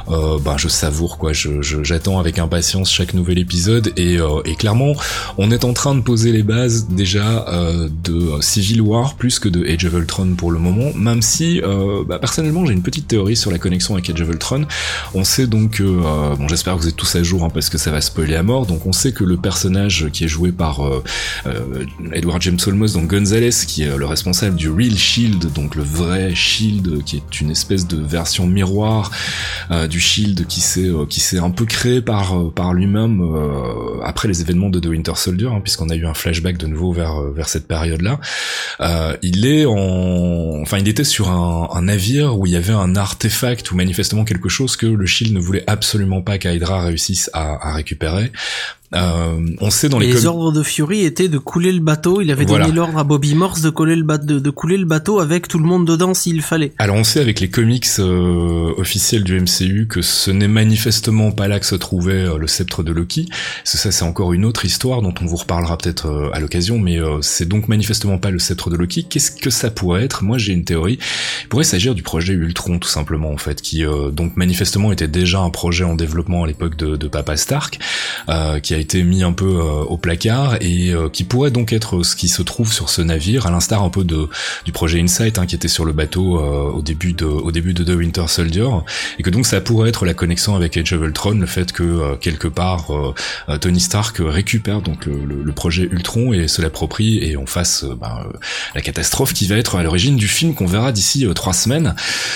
[SPEAKER 1] je savoure quoi, j'attends avec impatience chaque nouvel épisode, et clairement on est en train de poser les bases déjà de Civil War plus que de Age of Ultron pour le moment, même si personnellement j'ai une petite théorie sur la connexion avec Age of Ultron. On sait donc que bon, j'espère que vous êtes tous à jour, hein, parce que ça va spoiler à mort. Donc on sait que le personnage qui est joué par Edward James Olmos, donc Gonzalez, qui est le responsable du Real Shield, donc le vrai Shield, qui est une espèce de version miroir du Shield qui s'est un peu créé par lui-même après les événements de The Winter Soldier, hein, puisqu'on a eu un flashback de nouveau vers cette période-là. Il était sur un navire où il y avait un artefact ou manifestement quelque chose que le Shield ne voulait absolument pas qu'Hydra réussisse à récupérer. On sait dans
[SPEAKER 3] les ordres de Fury étaient de couler le bateau. Il avait donné l'ordre à Bobby Morse de couler le bateau avec tout le monde dedans s'il fallait.
[SPEAKER 1] Alors on sait avec les comics officiels du MCU que ce n'est manifestement pas là que se trouvait le sceptre de Loki. Ça c'est encore une autre histoire dont on vous reparlera peut-être à l'occasion, mais c'est donc manifestement pas le sceptre de Loki. Qu'est-ce que ça pourrait être? Moi j'ai une théorie. Il pourrait s'agir du projet Ultron tout simplement en fait, qui donc manifestement était déjà un projet en développement à l'époque de Papa Stark, qui a été mis un peu au placard et qui pourrait donc être ce qui se trouve sur ce navire, à l'instar un peu du projet Insight, hein, qui était sur le bateau au début de The Winter Soldier, et que donc ça pourrait être la connexion avec Age of Ultron, le fait que quelque part Tony Stark récupère donc le projet Ultron et se l'approprie et on fasse la catastrophe qui va être à l'origine du film qu'on verra d'ici 3 semaines.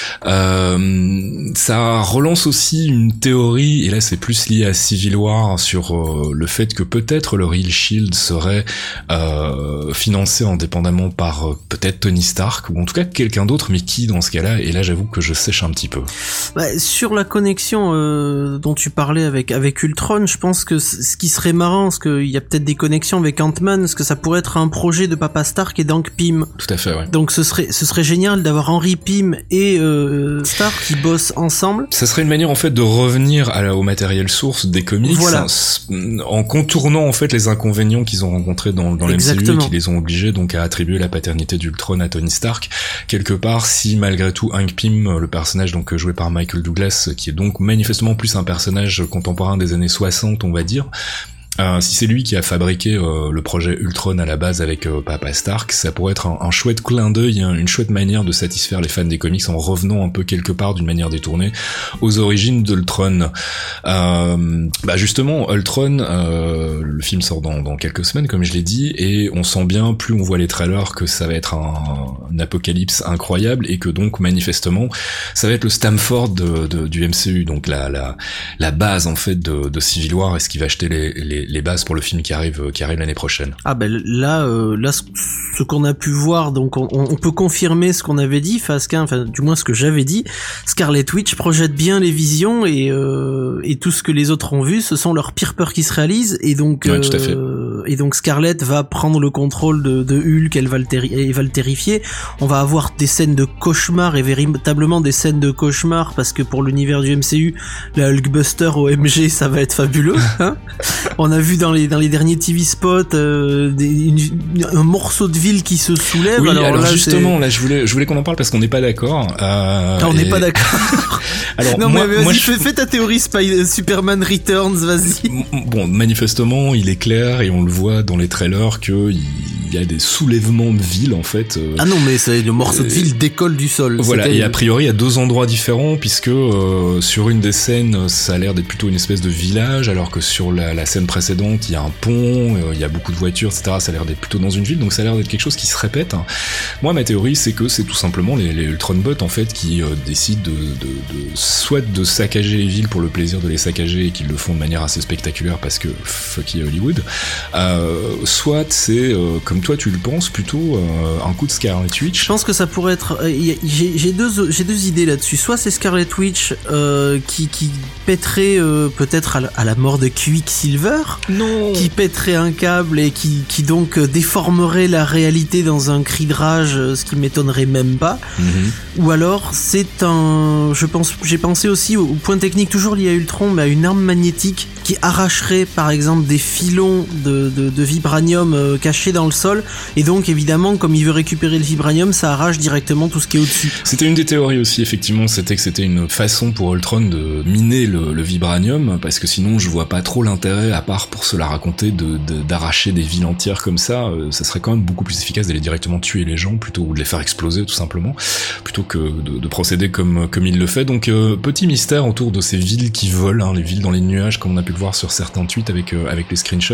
[SPEAKER 1] Ça relance aussi une théorie, et là c'est plus lié à Civil War, sur le fait que peut-être le Real Shield serait financé indépendamment par peut-être Tony Stark ou en tout cas quelqu'un d'autre, mais qui dans ce cas-là? Et là j'avoue que je sèche un petit peu.
[SPEAKER 3] Sur la connexion dont tu parlais avec Ultron, je pense que ce qui serait marrant, parce qu'il y a peut-être des connexions avec Ant-Man, parce que ça pourrait être un projet de Papa Stark et d'Hank Pym.
[SPEAKER 1] Tout à fait, ouais.
[SPEAKER 3] Donc ce serait génial d'avoir Henry Pym et Stark qui bossent ensemble.
[SPEAKER 1] Ça serait une manière en fait de revenir au matériel source des comics,
[SPEAKER 3] voilà,
[SPEAKER 1] en contournant en fait les inconvénients qu'ils ont rencontrés dans l'MCU et qui les ont obligés donc à attribuer la paternité d'Ultron à Tony Stark. Quelque part, si malgré tout Hank Pym, le personnage donc joué par Michael Douglas, qui est donc manifestement plus un personnage contemporain des années 60 on va dire, si c'est lui qui a fabriqué le projet Ultron à la base avec Papa Stark, ça pourrait être un chouette clin d'œil, une chouette manière de satisfaire les fans des comics en revenant un peu quelque part d'une manière détournée aux origines d'Ultron. Justement, Ultron, le film sort dans quelques semaines comme je l'ai dit, et on sent bien, plus on voit les trailers, que ça va être un apocalypse incroyable et que donc manifestement ça va être le Stamford du MCU, donc la base en fait de Civil War, et ce qui va acheter les bases pour le film qui arrive l'année prochaine.
[SPEAKER 3] Là ce qu'on a pu voir, donc on peut confirmer ce qu'on avait dit, Fasquin, enfin du moins ce que j'avais dit. Scarlet Witch projette bien les visions et tout ce que les autres ont vu, ce sont leurs pires peurs qui se réalisent, et donc
[SPEAKER 1] ouais, tout à fait.
[SPEAKER 3] Et donc Scarlet va prendre le contrôle de Hulk, elle va le terrifier. On va avoir des scènes de cauchemar, et véritablement des scènes de cauchemar, parce que pour l'univers du MCU, la Hulkbuster OMG, ça va être fabuleux, hein. On a vu dans les derniers TV spots un morceau de ville qui se soulève.
[SPEAKER 1] Oui, alors
[SPEAKER 3] là,
[SPEAKER 1] justement, là je voulais qu'on en parle parce qu'on n'est pas d'accord.
[SPEAKER 3] On n'est pas d'accord.
[SPEAKER 1] Alors
[SPEAKER 3] non,
[SPEAKER 1] moi,
[SPEAKER 3] mais vas-y, fais ta théorie Superman Returns, vas-y.
[SPEAKER 1] Bon, manifestement, il est clair et on le voit dans les trailers que il y a des soulèvements de ville en fait.
[SPEAKER 3] Ah non, mais le morceau de ville décolle du sol.
[SPEAKER 1] Voilà, et a priori à 2 endroits différents, puisque sur une des scènes, ça a l'air d'être plutôt une espèce de village, alors que sur la scène précédente, il y a un pont, il y a beaucoup de voitures, etc. Ça a l'air d'être plutôt dans une ville, donc ça a l'air d'être quelque chose qui se répète. Moi, ma théorie, c'est que c'est tout simplement les Ultronbots en fait qui décident soit de saccager les villes pour le plaisir de les saccager et qu'ils le font de manière assez spectaculaire parce que fuck yeah Hollywood, soit c'est comme toi tu le penses plutôt un coup de Scarlet Witch.
[SPEAKER 3] Je pense que ça pourrait être j'ai deux idées là-dessus. Soit c'est Scarlet Witch qui pèterait peut-être à la mort de Quicksilver,
[SPEAKER 1] non,
[SPEAKER 3] qui pèterait un câble et qui donc déformerait la réalité dans un cri de rage, ce qui m'étonnerait même pas. Ou alors c'est j'ai pensé aussi au point technique toujours lié à Ultron, mais à une arme magnétique qui arracherait par exemple des filons de vibranium cachés dans le sol sol, et donc évidemment comme il veut récupérer le vibranium, ça arrache directement tout ce qui est au-dessus.
[SPEAKER 1] C'était une des théories aussi, effectivement, c'était que c'était une façon pour Ultron de miner le vibranium, parce que sinon je vois pas trop l'intérêt, à part pour se la raconter, d'arracher des villes entières comme ça. Ça serait quand même beaucoup plus efficace d'aller directement tuer les gens plutôt, ou de les faire exploser tout simplement, plutôt que de procéder comme il le fait. Donc petit mystère autour de ces villes qui volent, hein, les villes dans les nuages, comme on a pu le voir sur certains tweets avec les screenshots.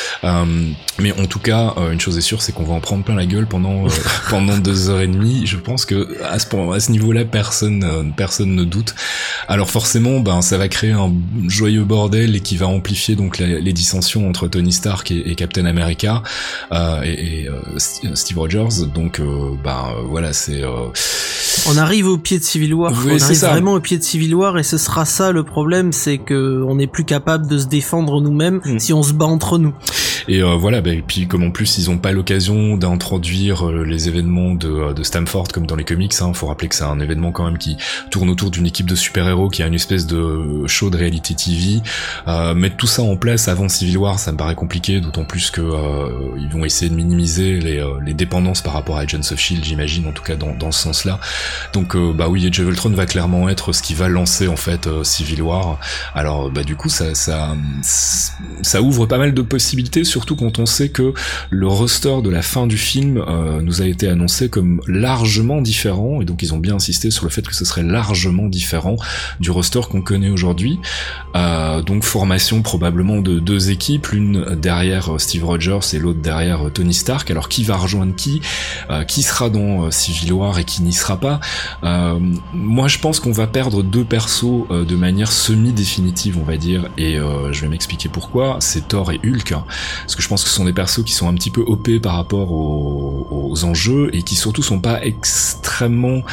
[SPEAKER 1] Mais en tout cas, une chose est sûre, c'est qu'on va en prendre plein la gueule pendant 2h30. Je pense que à ce niveau-là, personne ne doute. Alors forcément, ça va créer un joyeux bordel et qui va amplifier donc les dissensions entre Tony Stark et Captain America et Steve Rogers. Donc voilà, c'est
[SPEAKER 3] on arrive au pied de Civil War.
[SPEAKER 1] Oui,
[SPEAKER 3] on arrive vraiment au pied de Civil War, et ce sera ça le problème, c'est que on n'est plus capable de se défendre nous-mêmes si on se bat entre nous.
[SPEAKER 1] Et voilà, et puis comme en plus ils ont pas l'occasion d'introduire les événements de Stamford comme dans les comics, hein, faut rappeler que c'est un événement quand même qui tourne autour d'une équipe de super-héros qui a une espèce de show de reality TV. Mettre tout ça en place avant Civil War, ça me paraît compliqué, d'autant plus que ils vont essayer de minimiser les dépendances par rapport à Agents of S.H.I.E.L.D., j'imagine, en tout cas dans ce sens-là. Donc oui, Age of Ultron va clairement être ce qui va lancer en fait Civil War. Alors du coup ça ouvre pas mal de possibilités, surtout quand on sait que le roster de la fin du film nous a été annoncé comme largement différent, et donc ils ont bien insisté sur le fait que ce serait largement différent du roster qu'on connaît aujourd'hui. Donc formation probablement de deux équipes, l'une derrière Steve Rogers et l'autre derrière Tony Stark. Alors qui va rejoindre qui sera dans Civil War et qui n'y sera pas? Moi je pense qu'on va perdre deux persos de manière semi-définitive, on va dire, et je vais m'expliquer pourquoi. C'est Thor et Hulk, hein, parce que je pense que ce sont des persos qui sont un petit peu OP par rapport aux enjeux, et qui surtout sont pas extrêmement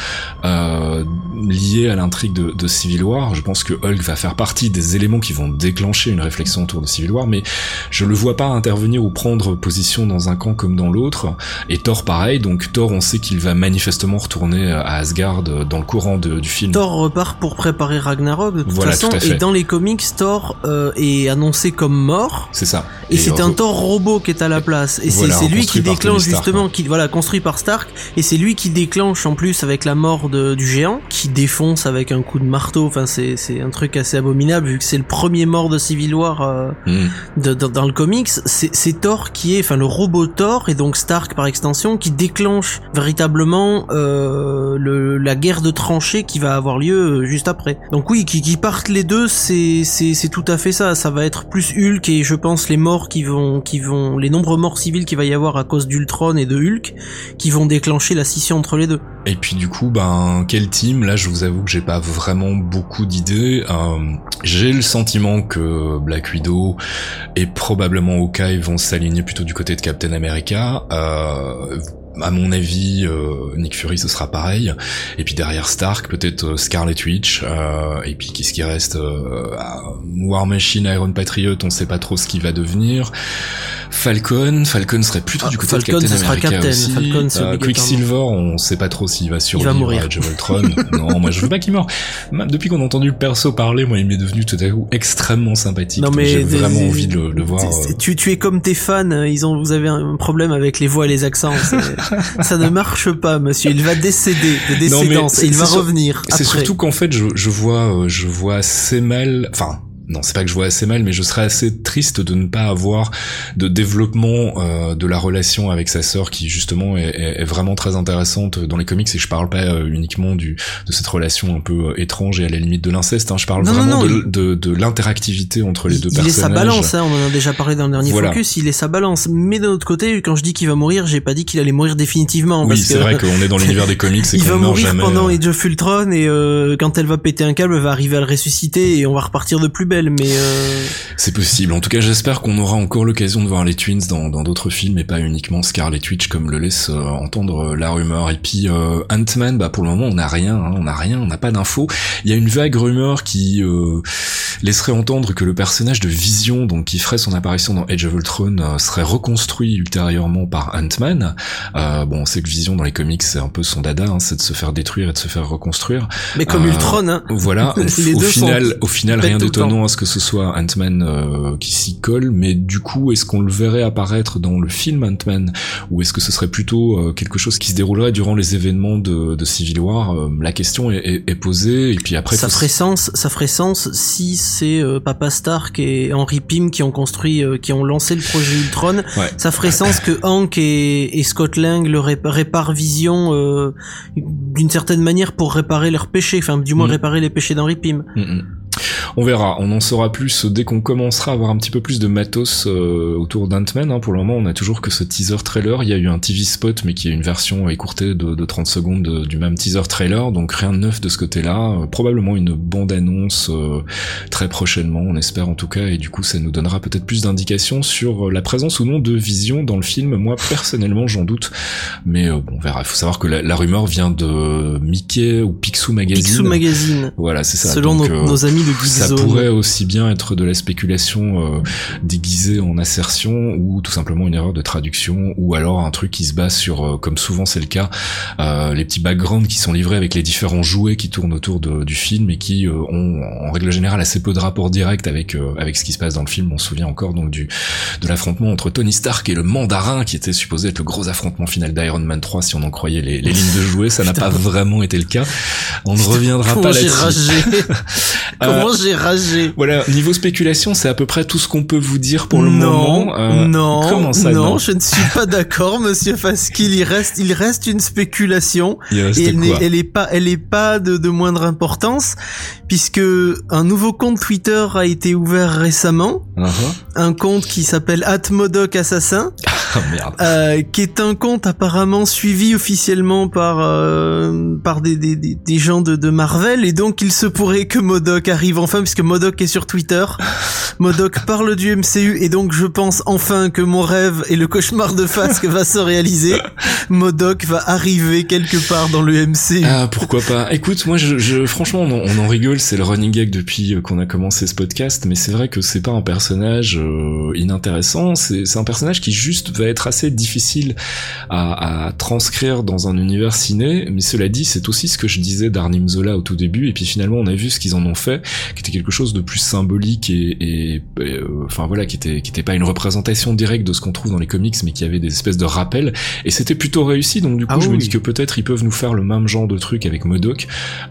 [SPEAKER 1] liés à l'intrigue de Civil War. Je pense que Hulk va faire partie des éléments qui vont déclencher une réflexion autour de Civil War, mais je le vois pas intervenir ou prendre position dans un camp comme dans l'autre. Et Thor pareil, donc Thor on sait qu'il va manifestement retourner à Asgard dans le courant du film.
[SPEAKER 3] Thor repart pour préparer Ragnarok de toute
[SPEAKER 1] voilà,
[SPEAKER 3] façon,
[SPEAKER 1] et
[SPEAKER 3] dans les comics Thor est annoncé comme mort.
[SPEAKER 1] C'est ça.
[SPEAKER 3] Et c'est un Thor robot qui est à la place, et
[SPEAKER 1] voilà,
[SPEAKER 3] c'est lui qui déclenche
[SPEAKER 1] Stark,
[SPEAKER 3] justement,
[SPEAKER 1] ouais.
[SPEAKER 3] Construit par Stark, et c'est lui qui déclenche en plus avec la mort du géant, qui défonce avec un coup de marteau. Enfin c'est un truc assez abominable vu que c'est le premier mort de Civil War dans le comics. C'est Thor qui est, enfin le robot Thor, et donc Stark par extension, qui déclenche véritablement la guerre de tranchées qui va avoir lieu juste après. Donc oui, qui partent les deux, c'est tout à fait ça. Ça va être plus Hulk, et je pense les morts les nombreux morts civils qu'il va y avoir à cause d'Ultron et de Hulk, qui vont déclencher la scission entre les deux.
[SPEAKER 1] Et puis du coup, quel team? Là, je vous avoue que j'ai pas vraiment beaucoup d'idées. J'ai le sentiment que Black Widow et probablement Hawkeye vont s'aligner plutôt du côté de Captain America. À mon avis, Nick Fury ce sera pareil. Et puis derrière Stark, peut-être Scarlet Witch. Et puis qu'est-ce qui reste? War Machine, Iron Patriot, on sait pas trop ce qu'il va devenir. Falcon serait plutôt du côté de Captain America aussi. Quicksilver, on sait pas trop s'il va survivre à Age of Ultron. Non, moi je veux pas qu'il meure. Depuis qu'on a entendu le perso parler, moi il m'est devenu tout à coup extrêmement sympathique. Non, mais j'ai vraiment envie de le voir.
[SPEAKER 3] Tu es comme tes fans, vous avez un problème avec les voix et les accents. Ça ne marche pas, monsieur. Il va décéder de décédance, et il va revenir après.
[SPEAKER 1] C'est surtout qu'en fait, je vois assez mal, enfin, non, c'est pas que je vois assez mal, mais je serais assez triste de ne pas avoir de développement de la relation avec sa sœur, qui justement est vraiment très intéressante dans les comics. Et je parle pas uniquement de cette relation un peu étrange et à la limite de l'inceste, hein. Je parle vraiment de l'interactivité entre les deux personnages.
[SPEAKER 3] Il est sa balance, hein, on en a déjà parlé dans le dernier focus, il est sa balance. Mais d'un autre côté, quand je dis qu'il va mourir, j'ai pas dit qu'il allait mourir définitivement.
[SPEAKER 1] Oui, c'est vrai qu'on est dans l'univers des comics et qu'on meurt jamais.
[SPEAKER 3] Il va mourir pendant Age of Ultron, et quand elle va péter un câble, elle va arriver à le ressusciter et on va repartir de plus belle. Mais
[SPEAKER 1] c'est possible. En tout cas, j'espère qu'on aura encore l'occasion de voir les Twins dans d'autres films, et pas uniquement Scarlet Witch comme le laisse entendre la rumeur. Et puis Ant-Man, pour le moment on n'a rien, on n'a pas d'infos. Il y a une vague rumeur qui laisserait entendre que le personnage de Vision, donc qui ferait son apparition dans Age of Ultron, serait reconstruit ultérieurement par Ant-Man. On sait que Vision dans les comics c'est un peu son dada, hein, c'est de se faire détruire et de se faire reconstruire.
[SPEAKER 3] Mais comme Ultron, hein.
[SPEAKER 1] Voilà. Au final, rien d'étonnant à ce que ce soit Ant-Man qui s'y colle, mais du coup, est-ce qu'on le verrait apparaître dans le film Ant-Man, ou est-ce que ce serait plutôt quelque chose qui se déroulerait durant les événements de Civil War? La question est posée, et puis après...
[SPEAKER 3] Ça ferait sens si c'est Papa Stark et Henry Pym qui ont lancé le projet Ultron.
[SPEAKER 1] Ouais.
[SPEAKER 3] Ça ferait sens que Hank et Scott Lang le réparent Vision d'une certaine manière pour réparer leurs péchés, enfin du moins réparer les péchés d'Henry Pym.
[SPEAKER 1] On verra, on en saura plus dès qu'on commencera à avoir un petit peu plus de matos autour d'Ant-Man. Pour le moment, on a toujours que ce teaser trailer. Il y a eu un TV spot, mais qui est une version écourtée de 30 secondes du même teaser trailer, donc rien de neuf de ce côté-là. Probablement une bande-annonce très prochainement, on espère en tout cas, et du coup ça nous donnera peut-être plus d'indications sur la présence ou non de Vision dans le film. Moi personnellement j'en doute, mais bon, on verra. Il faut savoir que la rumeur vient de Mickey ou Picsou Magazine.
[SPEAKER 3] Picsou Magazine.
[SPEAKER 1] Voilà, c'est ça.
[SPEAKER 3] Selon
[SPEAKER 1] donc,
[SPEAKER 3] nos amis de
[SPEAKER 1] ça
[SPEAKER 3] Geekzone.
[SPEAKER 1] pourrait aussi bien être de la spéculation déguisée en assertion, ou tout simplement une erreur de traduction, ou alors un truc qui se base sur, comme souvent c'est le cas, les petits backgrounds qui sont livrés avec les différents jouets qui tournent autour du film et qui ont en règle générale assez peu de rapport direct avec ce qui se passe dans le film. On se souvient encore donc de l'affrontement entre Tony Stark et le Mandarin, qui était supposé être le gros affrontement final d'Iron Man 3 si on en croyait les lignes de jouets. Ça n'a pas vraiment été le cas. On ne reviendra pas là-dessus.
[SPEAKER 3] Comment j'ai ragé.
[SPEAKER 1] Voilà, niveau spéculation, c'est à peu près tout ce qu'on peut vous dire pour le moment. Comment ça,
[SPEAKER 3] non, je ne suis pas d'accord, monsieur Faskill. Il reste une spéculation.
[SPEAKER 1] Et
[SPEAKER 3] elle est pas de moindre importance, puisque un nouveau compte Twitter a été ouvert récemment. Un compte qui s'appelle @MODOKAssassin.
[SPEAKER 1] Oh merde.
[SPEAKER 3] Qui est un compte apparemment suivi officiellement par des gens de Marvel, et donc il se pourrait que MODOK arrive enfin, puisque MODOK est sur Twitter. MODOK parle du MCU, et donc je pense enfin que mon rêve et le cauchemar de Fask va se réaliser. MODOK va arriver quelque part dans le MCU.
[SPEAKER 1] Ah, pourquoi pas. Écoute, moi franchement on en rigole, c'est le running gag depuis qu'on a commencé ce podcast, mais c'est vrai que c'est pas un personnage inintéressant, c'est un personnage qui juste va être assez difficile à transcrire dans un univers ciné, mais cela dit, c'est aussi ce que je disais d'Arnim Zola au tout début, et puis finalement on a vu ce qu'ils en ont fait, qui était quelque chose de plus symbolique et enfin voilà, qui était pas une représentation directe de ce qu'on trouve dans les comics, mais qui avait des espèces de rappels, et c'était plutôt réussi. Donc du coup je me dis que peut-être ils peuvent nous faire le même genre de truc avec MODOK,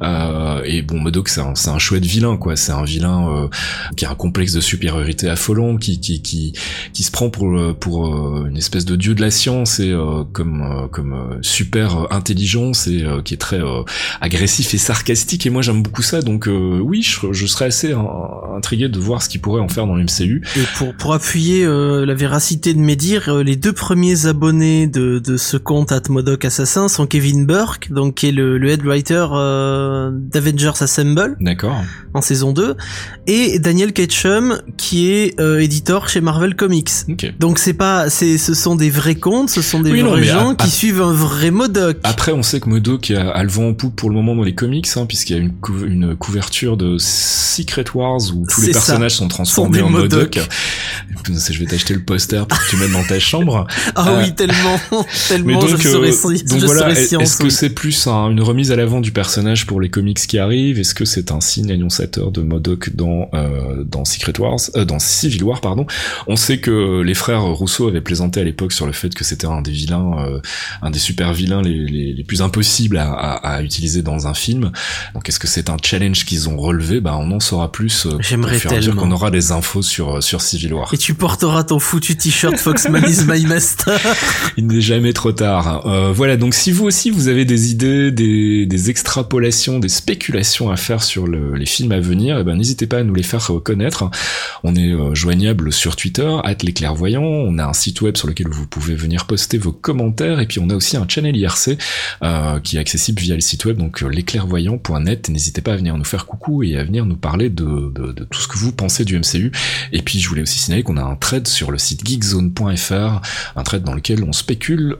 [SPEAKER 1] et bon, MODOK c'est un chouette vilain, quoi. C'est un vilain qui a un complexe de supériorité affolant, qui se prend pour une espèce de dieu de la science, et comme super intelligent, et qui est très agressif et sarcastique, et moi j'aime beaucoup ça. Donc oui, je serais assez intrigué de voir ce qu'ils pourraient en faire dans l'MCU.
[SPEAKER 3] Et pour appuyer la véracité de mes dires, les deux premiers abonnés de ce compte @MODOKAssassin sont Kevin Burke, donc qui est le head writer d'Avengers Assemble.
[SPEAKER 1] D'accord.
[SPEAKER 3] En saison 2, et Daniel Ketchum, qui est éditeur chez Marvel Comics.
[SPEAKER 1] Okay.
[SPEAKER 3] Donc ce sont des vrais comptes, ce sont des vrais gens qui suivent un vrai MODOK.
[SPEAKER 1] Après, on sait que MODOK a le vent en poupe pour le moment dans les comics, puisqu'il y a une couverture de Secret Wars où tous les personnages sont transformés en MODOK. Je vais t'acheter le poster pour que tu mettes dans ta chambre.
[SPEAKER 3] Oui, tellement
[SPEAKER 1] donc,
[SPEAKER 3] je
[SPEAKER 1] voilà,
[SPEAKER 3] serais science.
[SPEAKER 1] Est-ce que c'est plus une remise à l'avant du personnage pour les comics qui arrivent? Est-ce que c'est un signe annonçateur de MODOK dans Secret Wars, dans Civil War, pardon? On sait que les frères Rousseau avaient plaisanté à l'époque sur le fait que c'était un des vilains, un des super vilains les plus impossibles à utiliser dans un film. Donc est-ce que c'est un challenge qu'ils ont relevé? On en saura plus.
[SPEAKER 3] J'aimerais tellement
[SPEAKER 1] qu'on aura des infos sur Civil War.
[SPEAKER 3] Et tu porteras ton foutu t-shirt Foxman is my master.
[SPEAKER 1] Il n'est jamais trop tard. Voilà, donc si vous aussi vous avez des idées, des extrapolations, des spéculations à faire sur les films à venir, n'hésitez pas à nous les faire connaître. On est joignable sur Twitter @lesclairvoyants. On a un site web sur lequel vous pouvez venir poster vos commentaires, et puis on a aussi un channel IRC qui est accessible via le site web, donc lesclairvoyants.net. N'hésitez pas à venir nous faire coucou et à venir nous parler de tout ce que vous pensez du MCU. Et puis je voulais aussi signaler qu'on a un thread sur le site geekzone.fr, un thread dans lequel on spécule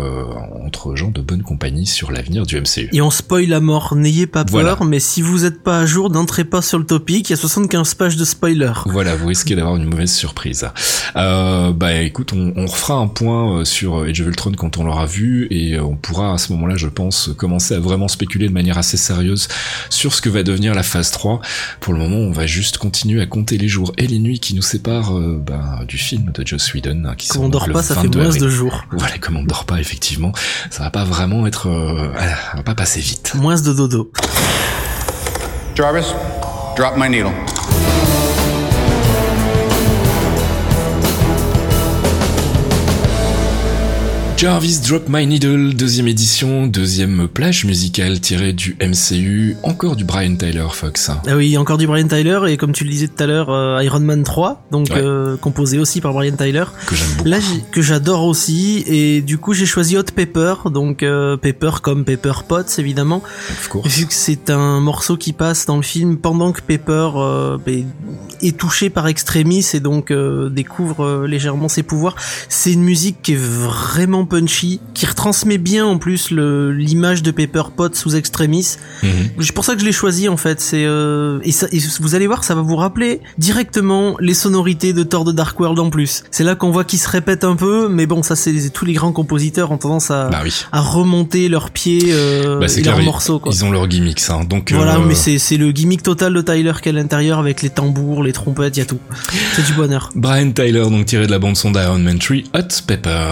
[SPEAKER 1] entre gens de bonne compagnie sur l'avenir du MCU.
[SPEAKER 3] Et on spoil à mort, n'ayez pas peur,
[SPEAKER 1] voilà.
[SPEAKER 3] Mais si vous êtes pas à jour, n'entrez pas sur le topic, il y a 75 pages de spoilers.
[SPEAKER 1] Voilà, vous risquez d'avoir une mauvaise surprise. Écoute, on refera un point sur Age of Ultron quand on l'aura vu, et on pourra à ce moment-là, je pense, commencer à vraiment spéculer de manière assez sérieuse sur ce que va devenir la phase 3. Pour le moment, on va juste continuer à compter les jours et les nuits qui nous séparent du film de Joss Whedon, qui
[SPEAKER 3] comme on dort pas, ça fait moins de jours.
[SPEAKER 1] Voilà, comme on dort pas, effectivement, ça va pas vraiment être, ça va pas passer vite.
[SPEAKER 3] Moins de dodo.
[SPEAKER 2] Jarvis, drop my needle.
[SPEAKER 1] Jarvis Drop My Needle, deuxième édition, deuxième plage musicale tirée du MCU, encore du Brian Tyler, Fox.
[SPEAKER 3] Ah oui, encore du Brian Tyler, et comme tu le disais tout à l'heure, Iron Man 3, donc ouais. Composé aussi par Brian Tyler.
[SPEAKER 1] Que j'aime beaucoup.
[SPEAKER 3] Là, que j'adore aussi, et du coup j'ai choisi Hot Pepper, donc Pepper comme Pepper Potts évidemment, vu que c'est un morceau qui passe dans le film pendant que Pepper est touché par Extremis et donc découvre légèrement ses pouvoirs. C'est une musique qui est vraiment punchy, qui retransmet bien en plus l'image de Pepper Potts sous Extremis. C'est pour ça que je l'ai choisi en fait. C'est et vous allez voir, ça va vous rappeler directement les sonorités de Thor de Dark World en plus. C'est là qu'on voit qu'ils se répètent un peu, mais bon, ça c'est tous les grands compositeurs ont tendance à remonter leurs pieds et leurs morceaux. Quoi.
[SPEAKER 1] Ils ont leur gimmick, ça. Donc
[SPEAKER 3] voilà, mais c'est le gimmick total de Tyler qui est à l'intérieur avec les tambours, les trompettes, y a tout. C'est du bonheur.
[SPEAKER 1] Brian Tyler, donc tiré de la bande son d'Iron Man 3, Hot Pepper.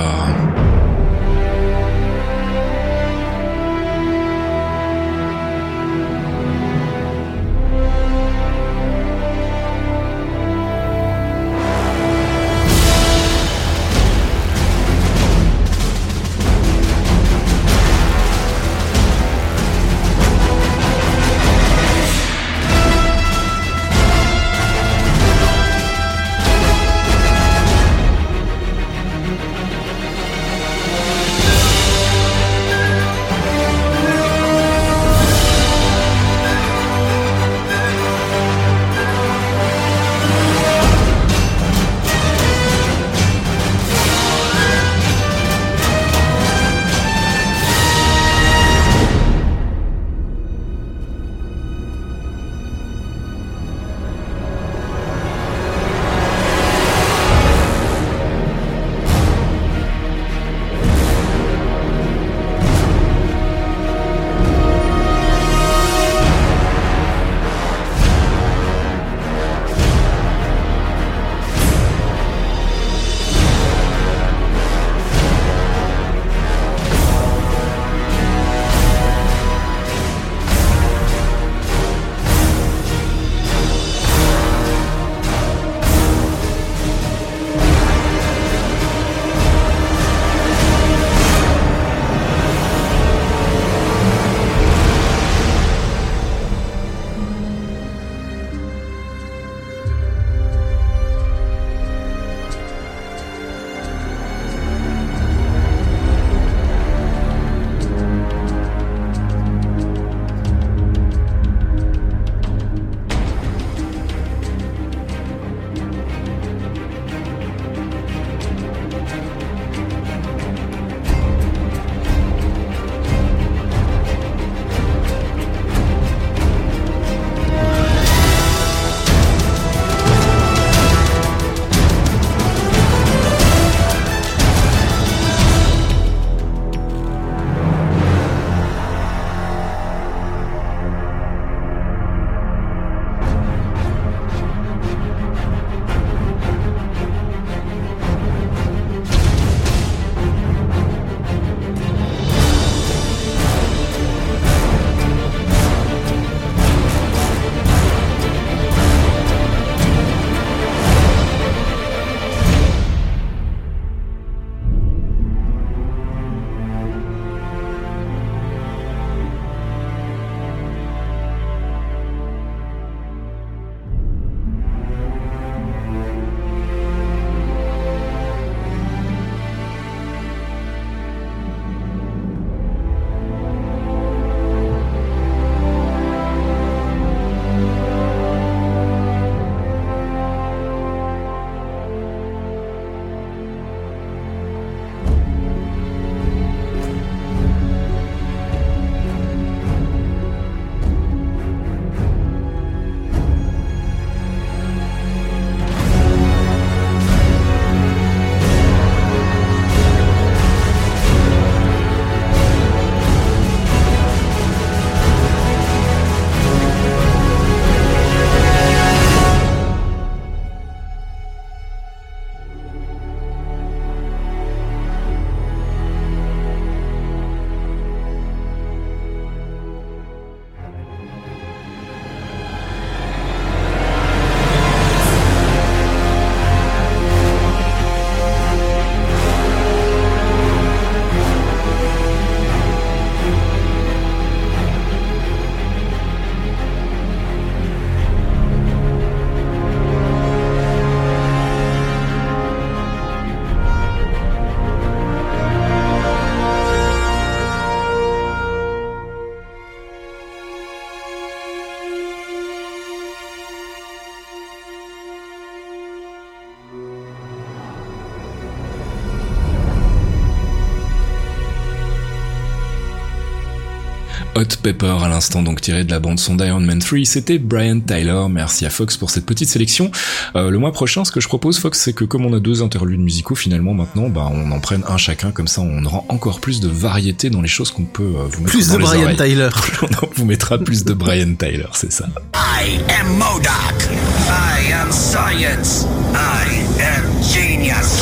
[SPEAKER 1] Hot Pepper à l'instant, donc tiré de la bande son d'Iron Man 3, c'était Brian Tyler. Merci à Fox pour cette petite sélection. Le mois prochain, ce que je propose, Fox, c'est que comme on a 2 interludes musicaux finalement maintenant, on en prenne un chacun, comme ça on aura encore plus de variété dans les choses qu'on peut vous mettre
[SPEAKER 3] plus
[SPEAKER 1] dans
[SPEAKER 3] de
[SPEAKER 1] les
[SPEAKER 3] Brian
[SPEAKER 1] oreilles.
[SPEAKER 3] Tyler.
[SPEAKER 1] On vous mettra plus de Brian Tyler, c'est ça.
[SPEAKER 6] I am MODOK. I am science. I am genius.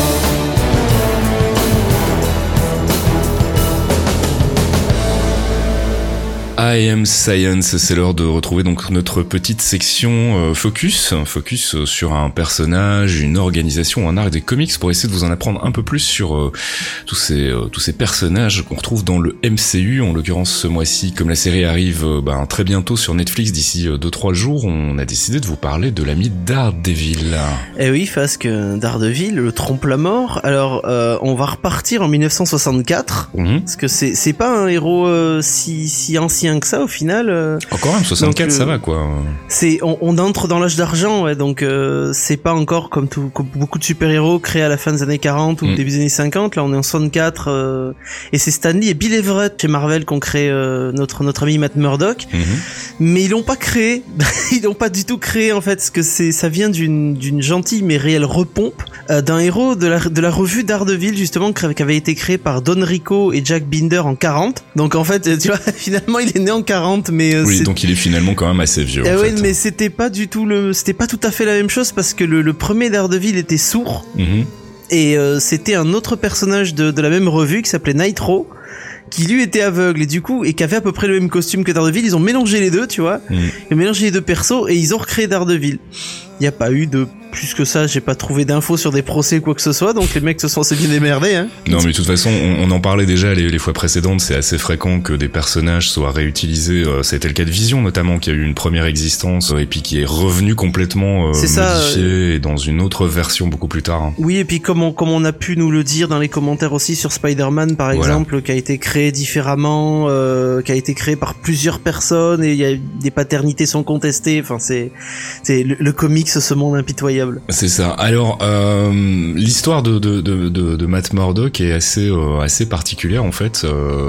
[SPEAKER 1] I am Science, c'est l'heure de retrouver donc notre petite section focus sur un personnage, une organisation, un arc des comics pour essayer de vous en apprendre un peu plus sur tous ces personnages qu'on retrouve dans le MCU. En l'occurrence ce mois-ci, comme la série arrive très bientôt sur Netflix d'ici 2-3 jours, on a décidé de vous parler de l'ami Daredevil.
[SPEAKER 3] Eh oui, parce que Daredevil, le trompe-la-mort. Alors, on va repartir en 1964, parce que c'est pas un héros si ancien que ça au final.
[SPEAKER 1] Encore même 64, donc, ça va quoi.
[SPEAKER 3] On entre dans l'âge d'argent, ouais, donc c'est pas encore comme beaucoup de super-héros créés à la fin des années 40 ou début des années 50. Là, on est en 64 et c'est Stan Lee et Bill Everett chez Marvel qui ont créé notre ami Matt Murdock. Mais ils l'ont pas créé. Ils l'ont pas du tout créé en fait, parce que ça vient d'une gentille mais réelle repompe d'un héros de la revue Daredevil justement qui avait été créé par Don Rico et Jack Binder en 40. Donc en fait, tu vois, finalement il est né en 40, mais
[SPEAKER 1] oui, donc il est finalement quand même assez vieux.
[SPEAKER 3] En fait. Mais c'était pas tout à fait la même chose parce que le premier Daredevil était sourd et c'était un autre personnage de la même revue qui s'appelait Nitro, qui lui était aveugle et du coup et qui avait à peu près le même costume que Daredevil. Ils ont mélangé les deux, tu vois, ils ont mélangé les deux persos et ils ont recréé Daredevil. Il y a pas eu de plus que ça, j'ai pas trouvé d'infos sur des procès ou quoi que ce soit, donc les mecs se sont assez bien démerdés, hein.
[SPEAKER 1] Non, mais de toute façon, on en parlait déjà les fois précédentes, c'est assez fréquent que des personnages soient réutilisés. C'était le cas de Vision, notamment, qui a eu une première existence, et puis qui est revenu complètement modifié et dans une autre version beaucoup plus tard. Hein.
[SPEAKER 3] Oui, et puis comme on a pu nous le dire dans les commentaires aussi sur Spider-Man, par exemple, qui a été créé différemment, qui a été créé par plusieurs personnes, et il y a des paternités sont contestées, enfin c'est le comics, ce monde impitoyable.
[SPEAKER 1] C'est ça. Alors l'histoire de Matt Murdock est assez particulière en fait,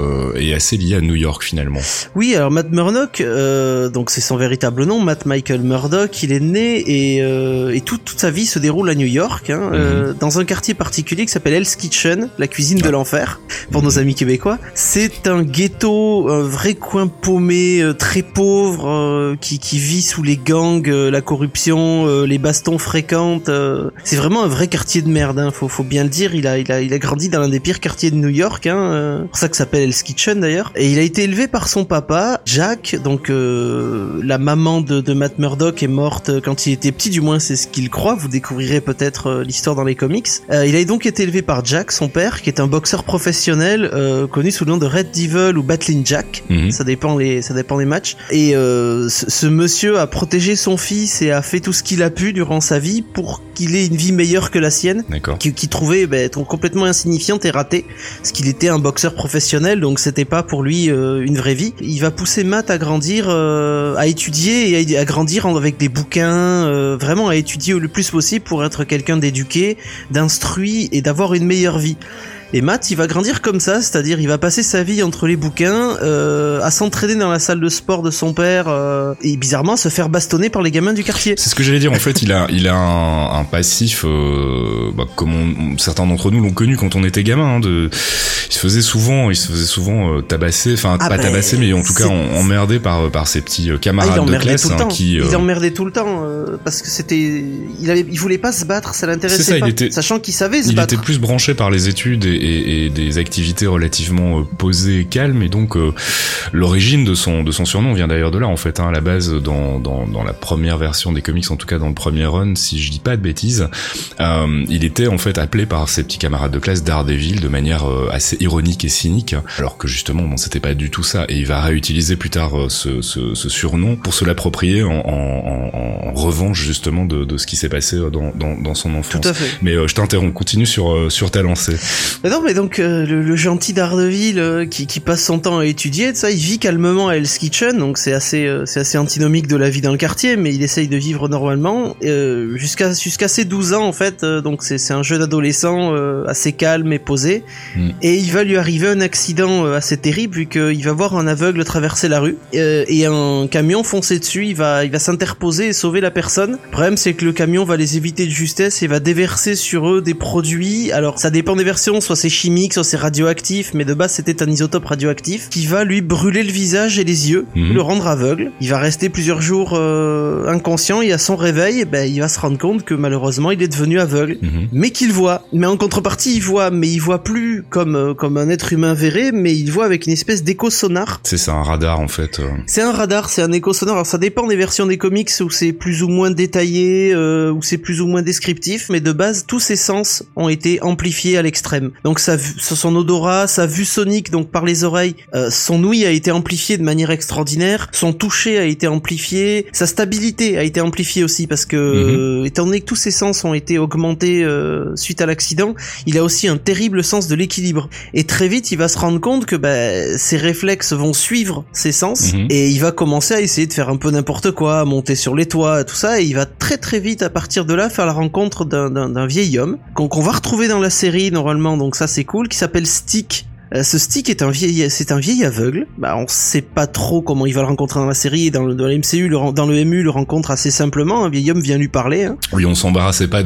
[SPEAKER 1] et assez liée à New York finalement.
[SPEAKER 3] Oui, alors Matt Murdock, donc c'est son véritable nom, Matt Michael Murdock. Il est né et toute sa vie se déroule à New York, dans un quartier particulier qui s'appelle Hell's Kitchen, la cuisine de l'enfer pour nos amis québécois. C'est un ghetto, un vrai coin paumé, très pauvre, qui vit sous les gangs, la corruption, les bastons fréquents. C'est vraiment un vrai quartier de merde, hein. Faut bien le dire. Il a grandi dans l'un des pires quartiers de New York, hein. C'est pour ça que ça s'appelle Hell's Kitchen d'ailleurs. Et il a été élevé par son papa, Jack. Donc la maman de Matt Murdock est morte quand il était petit, du moins c'est ce qu'il croit. Vous découvrirez peut-être l'histoire dans les comics. Il a donc été élevé par Jack, son père, qui est un boxeur professionnel connu sous le nom de Red Devil ou Battling Jack. Ça dépend des matchs. Et ce monsieur a protégé son fils et a fait tout ce qu'il a pu durant sa vie pour qu'il ait une vie meilleure que la sienne, qu'il trouvait être complètement insignifiante et ratée, parce qu'il était un boxeur professionnel, donc c'était pas pour lui une vraie vie. Il va pousser Matt à grandir, à étudier et à grandir avec des bouquins, vraiment à étudier le plus possible pour être quelqu'un d'éduqué, d'instruit et d'avoir une meilleure vie. Et Matt, il va grandir comme ça, c'est-à-dire il va passer sa vie entre les bouquins, à s'entraîner dans la salle de sport de son père, et bizarrement se faire bastonner par les gamins du quartier.
[SPEAKER 1] C'est ce que j'allais dire. En fait, il a un passif, comme certains d'entre nous l'ont connu quand on était gamin. Il se faisait souvent tabasser, enfin pas tabasser, mais en tout cas emmerder par ses petits camarades de classe,
[SPEAKER 3] il emmerdait tout le temps, parce que il voulait pas se battre, ça l'intéressait pas. Sachant qu'il savait se battre.
[SPEAKER 1] Il était plus branché par les études et des activités relativement posées et calmes, et donc l'origine de son surnom vient d'ailleurs de là en fait, hein. À la base, dans la première version des comics, en tout cas dans le premier run, si je dis pas de bêtises, il était en fait appelé par ses petits camarades de classe Daredevil de manière assez ironique et cynique, alors que justement bon, c'était pas du tout ça, et il va réutiliser plus tard ce surnom pour se l'approprier en revanche justement de ce qui s'est passé dans son enfance.
[SPEAKER 3] Tout à fait.
[SPEAKER 1] Mais je t'interromps, continue sur ta lancée.
[SPEAKER 3] Non, mais donc le gentil Daredevil qui passe son temps à étudier, ça, il vit calmement à Hell's Kitchen, donc c'est assez antinomique de la vie dans le quartier, mais il essaye de vivre normalement jusqu'à ses 12 ans en fait. Donc c'est un jeune adolescent assez calme et posé, et il va lui arriver un accident assez terrible vu qu'il va voir un aveugle traverser la rue et un camion foncer dessus. Il va s'interposer et sauver la personne. Le problème, c'est que le camion va les éviter de justesse et va déverser sur eux des produits. Alors ça dépend des versions, soit c'est chimique, soit c'est radioactif, mais de base c'était un isotope radioactif qui va lui brûler le visage et les yeux, le rendre aveugle. Il va rester plusieurs jours inconscient, et à son réveil, il va se rendre compte que malheureusement il est devenu aveugle, mais qu'il voit. Mais en contrepartie, il voit plus comme un être humain verré, mais il voit avec une espèce d'écho sonar.
[SPEAKER 1] C'est un radar en fait.
[SPEAKER 3] C'est un radar, c'est un écho sonar. Alors ça dépend des versions des comics où c'est plus ou moins détaillé, où c'est plus ou moins descriptif, mais de base tous ses sens ont été amplifiés à l'extrême. Donc son odorat, sa vue sonique, donc par les oreilles, son ouïe a été amplifiée de manière extraordinaire, son toucher a été amplifié, sa stabilité a été amplifiée aussi parce que étant donné que tous ses sens ont été augmentés suite à l'accident, il a aussi un terrible sens de l'équilibre. Et très vite, il va se rendre compte que ses réflexes vont suivre ses sens, et il va commencer à essayer de faire un peu n'importe quoi, à monter sur les toits, tout ça, et il va très très vite à partir de là faire la rencontre d'un vieil homme qu'on va retrouver dans la série normalement, donc ça c'est cool, qui s'appelle Stick. Ce Stick est un vieil aveugle. On sait pas trop comment il va le rencontrer dans la série, et dans le MCU, dans le MU, le rencontre assez simplement. Un vieil homme vient lui parler.
[SPEAKER 1] Oui, on s'embarrassait pas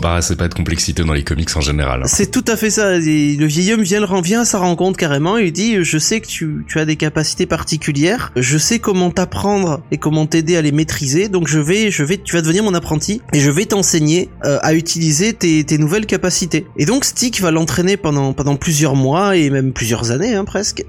[SPEAKER 1] de complexité dans les comics en général.
[SPEAKER 3] C'est tout à fait ça. Et le vieil homme vient à sa rencontre carrément, et il dit: je sais que tu as des capacités particulières. Je sais comment t'apprendre et comment t'aider à les maîtriser. Donc tu vas devenir mon apprenti, et je vais t'enseigner à utiliser tes nouvelles capacités. Et donc Stick va l'entraîner pendant plusieurs mois, et même plusieurs années presque.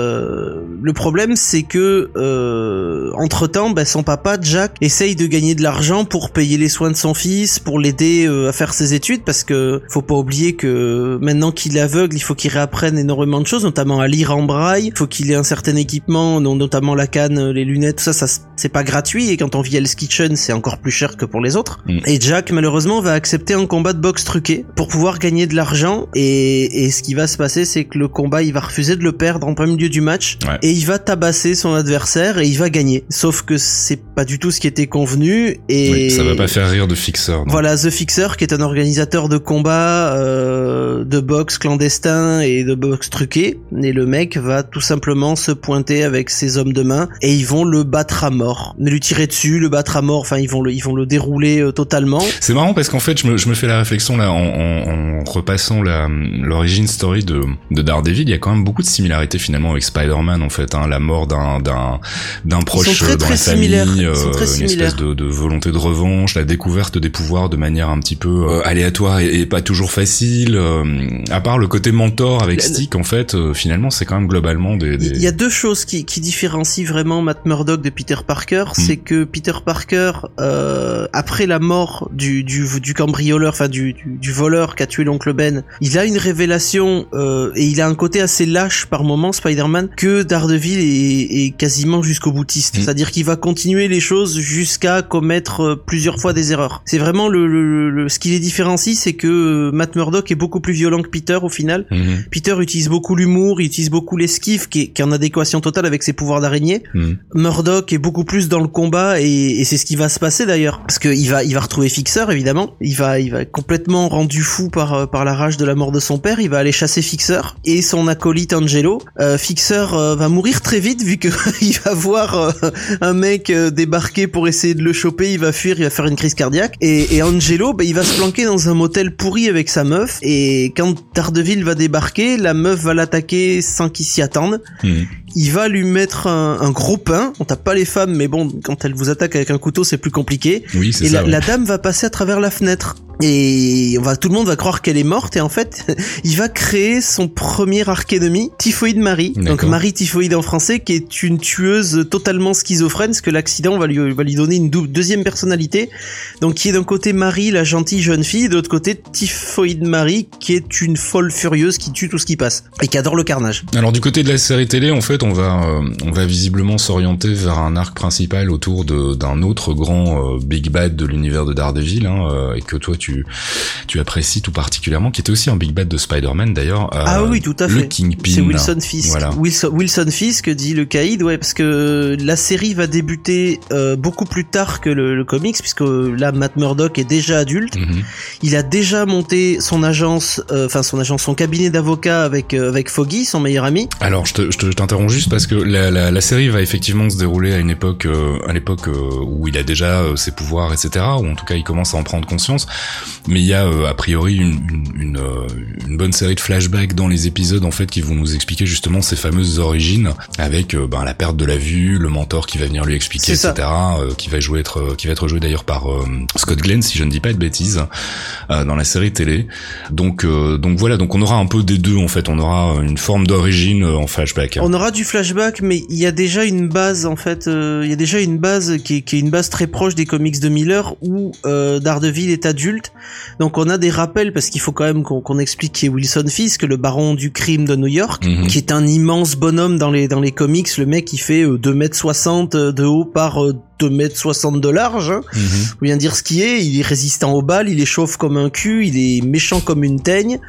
[SPEAKER 3] Le problème, c'est que entre-temps, son papa Jack essaye de gagner de l'argent pour payer les soins de son fils, pour l'aider à faire ses études, parce que faut pas oublier que maintenant qu'il est aveugle, il faut qu'il réapprenne énormément de choses, notamment à lire en braille. Il faut qu'il ait un certain équipement, notamment la canne, les lunettes, tout ça c'est pas gratuit, et quand on vit Hell's Kitchen, c'est encore plus cher que pour les autres. Et Jack, malheureusement, va accepter un combat de boxe truqué pour pouvoir gagner de l'argent, et ce qui va se passer, c'est que le combat, il va refuser de le perdre en plein milieu du match, et il va tabasser son adversaire et il va gagner. Sauf que c'est pas du tout ce qui était convenu, et
[SPEAKER 1] ça va pas faire rire de Fixer. Non.
[SPEAKER 3] Voilà, The Fixer, qui est un organisateur de combat de boxe clandestin et de boxe truqué, et le mec va tout simplement se pointer avec ses hommes de main, et ils vont le battre à mort, lui tirer dessus, le battre à mort. Enfin, ils vont le dérouler totalement. C'est
[SPEAKER 1] marrant parce qu'en fait, je me fais la réflexion là en repassant l'origin story de Daredevil. Il y a quand même beaucoup de similarités finalement avec Spider-Man en fait, la mort d'un proche dans la famille, une espèce de volonté de revanche, la découverte des pouvoirs de manière un petit peu aléatoire et pas toujours facile. À part le côté mentor avec Stick, en fait, finalement, c'est quand même globalement
[SPEAKER 3] Il y a deux choses qui différencient vraiment Matt Murdock de Peter Parker, c'est que Peter Parker, après la mort du cambrioleur, enfin du voleur qui a tué l'oncle Ben, il a une révélation et il a un côté assez lâche par moment, Spider-Man, que Daredevil est quasiment jusqu'au boutiste. C'est-à-dire qu'il va continuer les choses jusqu'à commettre plusieurs fois des erreurs. C'est vraiment ce qui les différencie, c'est que Matt Murdock est beaucoup plus violent que Peter au final. Peter utilise beaucoup l'humour, il utilise beaucoup l'esquive qui est en adéquation totale avec ses pouvoirs d'araignée. Murdock est beaucoup plus dans le combat, et c'est ce qui va se passer d'ailleurs, parce que il va retrouver Fixer évidemment. Il va complètement rendu fou par la rage de la mort de son père. Il va aller chasser Fixer et son acolyte Angelo. Fixer va mourir très vite vu que il va voir un mec débarquer pour essayer de le choper. Il va fuir, il va faire une crise cardiaque, et Angelo, il va se planquer dans un motel pourri avec sa meuf, et quand Daredevil va débarquer, la meuf va l'attaquer sans qu'il s'y attende. Il va lui mettre un gros pain. On tape pas les femmes, mais bon, quand elle vous attaque avec un couteau, c'est plus compliqué.
[SPEAKER 1] Oui, c'est
[SPEAKER 3] et
[SPEAKER 1] ça,
[SPEAKER 3] la dame va passer à travers la fenêtre. Et tout le monde va croire qu'elle est morte, et en fait, il va créer son premier arc-ennemi, Typhoïde Marie. Donc Marie Typhoïde en français, qui est une tueuse totalement schizophrène, parce que l'accident va lui donner une deuxième personnalité. Donc qui est d'un côté Marie, la gentille jeune fille, et de l'autre côté Typhoïde Marie, qui est une folle furieuse qui tue tout ce qui passe et qui adore le carnage.
[SPEAKER 1] Alors du côté de la série télé, en fait, fait, on va visiblement s'orienter vers un arc principal autour d'un autre grand Big Bad de l'univers de Daredevil, et que toi tu apprécies tout particulièrement, qui était aussi un Big Bad de Spider-Man d'ailleurs.
[SPEAKER 3] Oui, tout à fait.
[SPEAKER 1] Le Kingpin.
[SPEAKER 3] C'est Wilson Fisk.
[SPEAKER 1] Voilà.
[SPEAKER 3] Wilson Fisk, dit le caïd, ouais, parce que la série va débuter beaucoup plus tard que le comics, puisque là Matt Murdock est déjà adulte. Il a déjà monté son agence, son cabinet d'avocats avec Foggy, son meilleur ami.
[SPEAKER 1] Alors je t'interromps juste parce que la série va effectivement se dérouler à une époque où il a déjà ses pouvoirs, etc., ou en tout cas il commence à en prendre conscience, mais il y a a priori une bonne série de flashbacks dans les épisodes en fait qui vont nous expliquer justement ses fameuses origines, avec la perte de la vue, le mentor qui va venir lui expliquer, etc., qui va être joué d'ailleurs par Scott Glenn, si je ne dis pas de bêtises, dans la série télé. Donc voilà, donc on aura un peu des deux en fait, on aura une forme d'origine en flashback.
[SPEAKER 3] On aura du flashback, mais il y a déjà une base en fait, il y a déjà une base qui est une base très proche des comics de Miller où Daredevil est adulte. Donc on a des rappels, parce qu'il faut quand même qu'on explique qui est Wilson Fisk, le baron du crime de New York, qui est un immense bonhomme dans les comics. Le mec, il fait 2m60 de haut par 2m60 de large, faut bien dire ce qui est. Il est résistant aux balles, il est chauve comme un cul, il est méchant comme une teigne,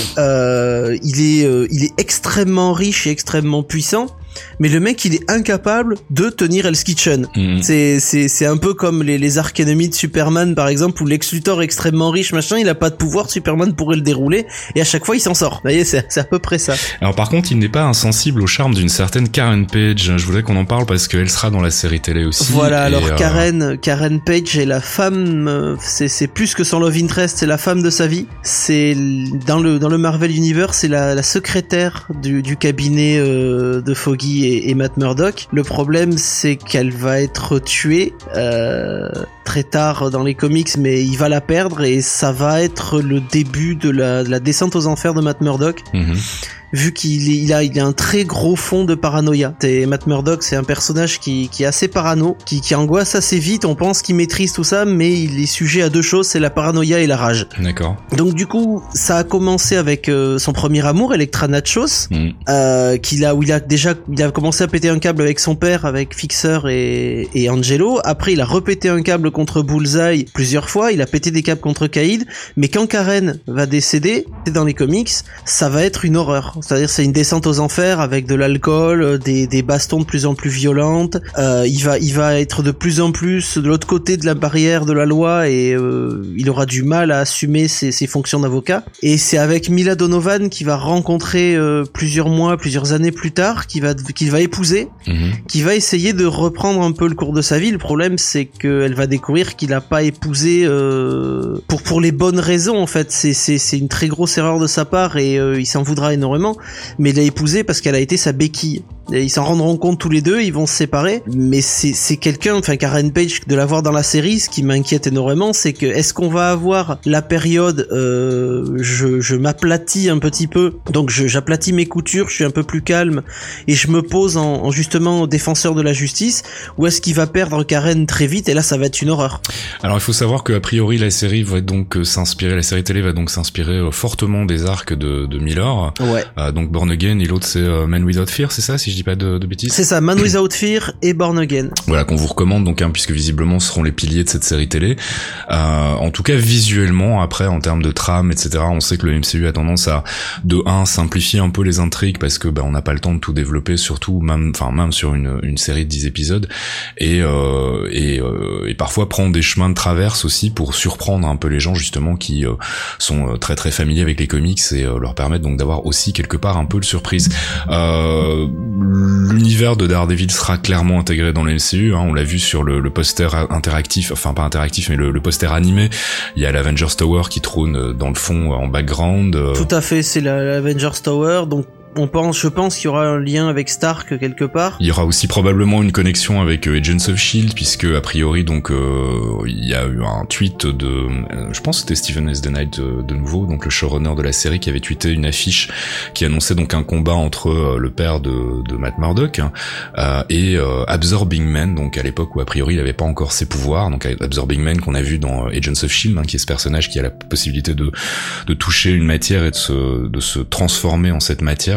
[SPEAKER 3] il est extrêmement riche et extrêmement puissant. Mais le mec, il est incapable de tenir Hell's Kitchen. C'est un peu comme les arcs ennemis de Superman, par exemple, où Lex Luthor est extrêmement riche, machin, il a pas de pouvoir, Superman pourrait le dérouler, et à chaque fois, il s'en sort. Vous voyez, c'est à peu près ça.
[SPEAKER 1] Alors par contre, il n'est pas insensible au charme d'une certaine Karen Page. Je voudrais qu'on en parle parce qu'elle sera dans la série télé aussi.
[SPEAKER 3] Voilà, alors Karen Page est la femme, c'est plus que son love interest, c'est la femme de sa vie. C'est dans le Marvel Universe, c'est la secrétaire du cabinet de Foggy et Matt Murdock. Le problème, c'est qu'elle va être tuée très tard dans les comics, mais il va la perdre, et ça va être le début de la descente aux enfers de Matt Murdock. Vu qu'il a un très gros fond de paranoïa. Matt Murdock, c'est un personnage qui est assez parano, qui angoisse assez vite. On pense qu'il maîtrise tout ça, mais il est sujet à deux choses, c'est la paranoïa et la rage.
[SPEAKER 1] D'accord.
[SPEAKER 3] Donc du coup, ça a commencé avec son premier amour, Elektra Natchos, où il a commencé à péter un câble avec son père, avec Fixer et Angelo. Après, il a repété un câble contre Bullseye plusieurs fois. Il a pété des câbles contre Caïd. Mais quand Karen va décéder, c'est dans les comics, ça va être une horreur. C'est-à-dire, c'est une descente aux enfers avec de l'alcool, des bastons de plus en plus violentes. Il va être de plus en plus de l'autre côté de la barrière de la loi, et il aura du mal à assumer ses fonctions d'avocat. Et c'est avec Mila Donovan qu'il va rencontrer plusieurs années plus tard, qu'il va épouser, qui va essayer de reprendre un peu le cours de sa vie. Le problème, c'est qu'elle va découvrir qu'il a pas épousé pour les bonnes raisons en fait. C'est une très grosse erreur de sa part, et il s'en voudra énormément. Mais il l'a épousée parce qu'elle a été sa béquille. Et ils s'en rendront compte tous les deux, ils vont se séparer. Mais c'est quelqu'un, enfin Karen Page, de l'avoir dans la série, ce qui m'inquiète énormément, c'est que est-ce qu'on va avoir la période je m'aplatis un petit peu, donc j'aplatis mes coutures, je suis un peu plus calme et je me pose en justement défenseur de la justice, ou est-ce qu'il va perdre Karen très vite, et là ça va être une horreur.
[SPEAKER 1] Alors il faut savoir que a priori la série télé va donc s'inspirer fortement des arcs de Miller.
[SPEAKER 3] Ouais.
[SPEAKER 1] Donc Born Again, et l'autre c'est Man Without Fear, c'est ça, si je dis pas de bêtises.
[SPEAKER 3] C'est ça, Man Without Fear et Born Again. Voilà,
[SPEAKER 1] qu'on vous recommande donc, puisque visiblement ce seront les piliers de cette série télé. En tout cas visuellement, après en termes de trame, etc., on sait que le MCU a tendance à simplifier un peu les intrigues, parce que on n'a pas le temps de tout développer, surtout même sur une série de 10 épisodes, et parfois prendre des chemins de traverse aussi pour surprendre un peu les gens justement qui sont très très familiers avec les comics, et leur permettre donc d'avoir aussi quelque part un peu de surprise. L'univers de Daredevil sera clairement intégré dans le MCU, on l'a vu sur le poster interactif, enfin pas interactif mais le poster animé. Il y a l'Avengers Tower qui trône dans le fond en background.
[SPEAKER 3] Tout à fait, c'est l'Avengers Tower, donc je pense qu'il y aura un lien avec Stark quelque part.
[SPEAKER 1] Il y aura aussi probablement une connexion avec Agents of S.H.I.E.L.D., puisque a priori donc il y a eu un tweet de je pense que c'était Stephen S. DeKnight de nouveau, donc le showrunner de la série, qui avait tweeté une affiche qui annonçait donc un combat entre le père de Matt Murdock et Absorbing Man, donc à l'époque où a priori il avait pas encore ses pouvoirs, donc Absorbing Man qu'on a vu dans Agents of S.H.I.E.L.D., qui est ce personnage qui a la possibilité de toucher une matière et de se transformer en cette matière,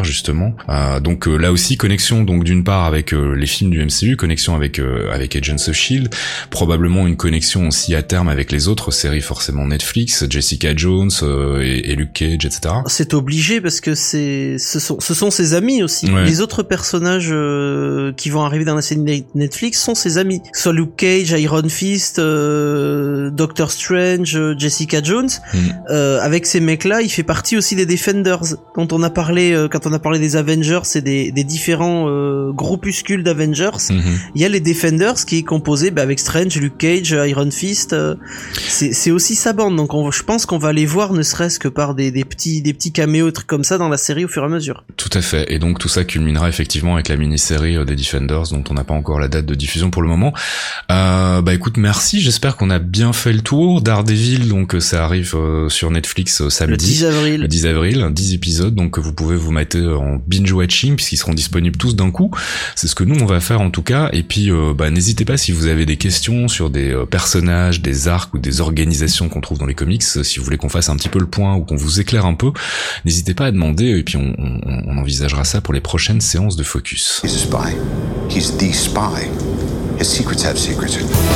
[SPEAKER 1] univers justement. Donc là aussi connexion donc d'une part avec les films du MCU, connexion avec Agents of Shield, probablement une connexion aussi à terme avec les autres séries forcément Netflix, Jessica Jones et Luke Cage, etc.
[SPEAKER 3] C'est obligé parce que ce sont ses amis aussi.
[SPEAKER 1] Ouais.
[SPEAKER 3] Les autres personnages qui vont arriver dans la série Netflix sont ses amis. Soit Luke Cage, Iron Fist, Doctor Strange, Jessica Jones. Avec ces mecs-là, il fait partie aussi des Defenders dont on a parlé quand on a parlé des Avengers et des différents groupuscules d'Avengers. Il y a les Defenders qui est composé avec Strange, Luke Cage, Iron Fist. C'est aussi sa bande. Donc je pense qu'on va les voir ne serait-ce que par des petits caméos, trucs comme ça dans la série au fur et à mesure.
[SPEAKER 1] Tout à fait. Et donc tout ça culminera effectivement avec la mini-série des Defenders dont on n'a pas encore la date de diffusion pour le moment. Écoute, merci. J'espère qu'on a bien fait le tour. Daredevil, donc ça arrive sur Netflix samedi. Le 10 avril, 10 épisodes, donc vous pouvez vous mater en binge-watching puisqu'ils seront disponibles tous d'un coup. C'est ce que nous on va faire en tout cas. Et puis n'hésitez pas si vous avez des questions sur des personnages, des arcs ou des organisations qu'on trouve dans les comics, si vous voulez qu'on fasse un petit peu le point ou qu'on vous éclaire un peu, n'hésitez pas à demander et puis on envisagera ça pour les prochaines séances de Focus.
[SPEAKER 2] He's a spy. He's the spy. His secrets have secrets.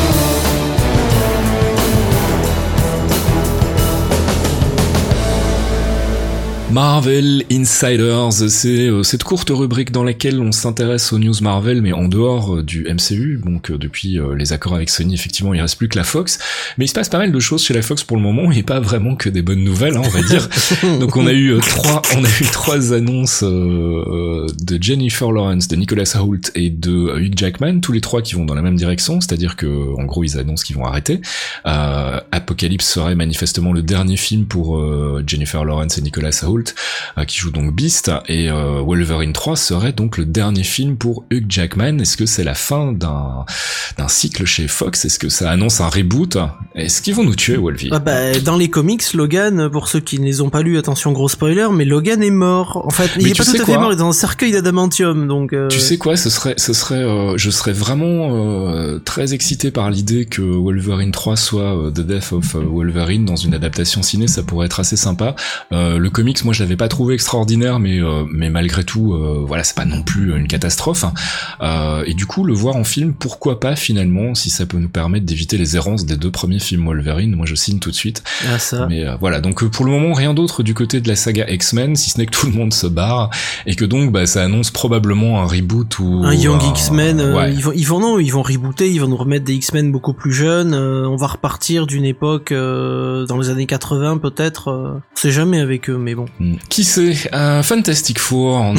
[SPEAKER 1] Marvel Insiders, c'est cette courte rubrique dans laquelle on s'intéresse aux news Marvel, mais en dehors du MCU. Donc depuis les accords avec Sony, effectivement, il reste plus que la Fox. Mais il se passe pas mal de choses chez la Fox pour le moment, et pas vraiment que des bonnes nouvelles, on va dire. Donc on a eu trois annonces de Jennifer Lawrence, de Nicholas Hoult et de Hugh Jackman, tous les trois qui vont dans la même direction, c'est-à-dire que en gros ils annoncent qu'ils vont arrêter. Apocalypse serait manifestement le dernier film pour Jennifer Lawrence et Nicholas Hoult, qui joue donc Beast, et Wolverine 3 serait donc le dernier film pour Hugh Jackman. Est-ce que c'est la fin d'un cycle chez Fox? Est-ce que ça annonce un reboot? Est-ce qu'ils vont nous tuer, Wolvie?
[SPEAKER 3] Dans les comics, Logan, pour ceux qui ne les ont pas lus, attention gros spoiler, mais Logan est mort. En fait, il est pas tout à fait mort, il est dans un cercueil d'adamantium, donc
[SPEAKER 1] Tu sais quoi, je serais vraiment très excité par l'idée que Wolverine 3 soit The Death of Wolverine dans une adaptation ciné, ça pourrait être assez sympa. Le comics, moi je l'avais pas trouvé extraordinaire, mais malgré tout voilà, c'est pas non plus une catastrophe, et du coup le voir en film, pourquoi pas finalement, si ça peut nous permettre d'éviter les errances des deux premiers films Wolverine, moi je signe tout de suite. Mais voilà, donc pour le moment rien d'autre du côté de la saga X-Men, si ce n'est que tout le monde se barre et que donc ça annonce probablement un reboot ou
[SPEAKER 3] un Young X-Men. Ils vont rebooter, ils vont nous remettre des X-Men beaucoup plus jeunes, on va repartir d'une époque dans les années 80 peut-être, on sait jamais avec eux, mais bon.
[SPEAKER 1] Qui sait, Fantastic Four, on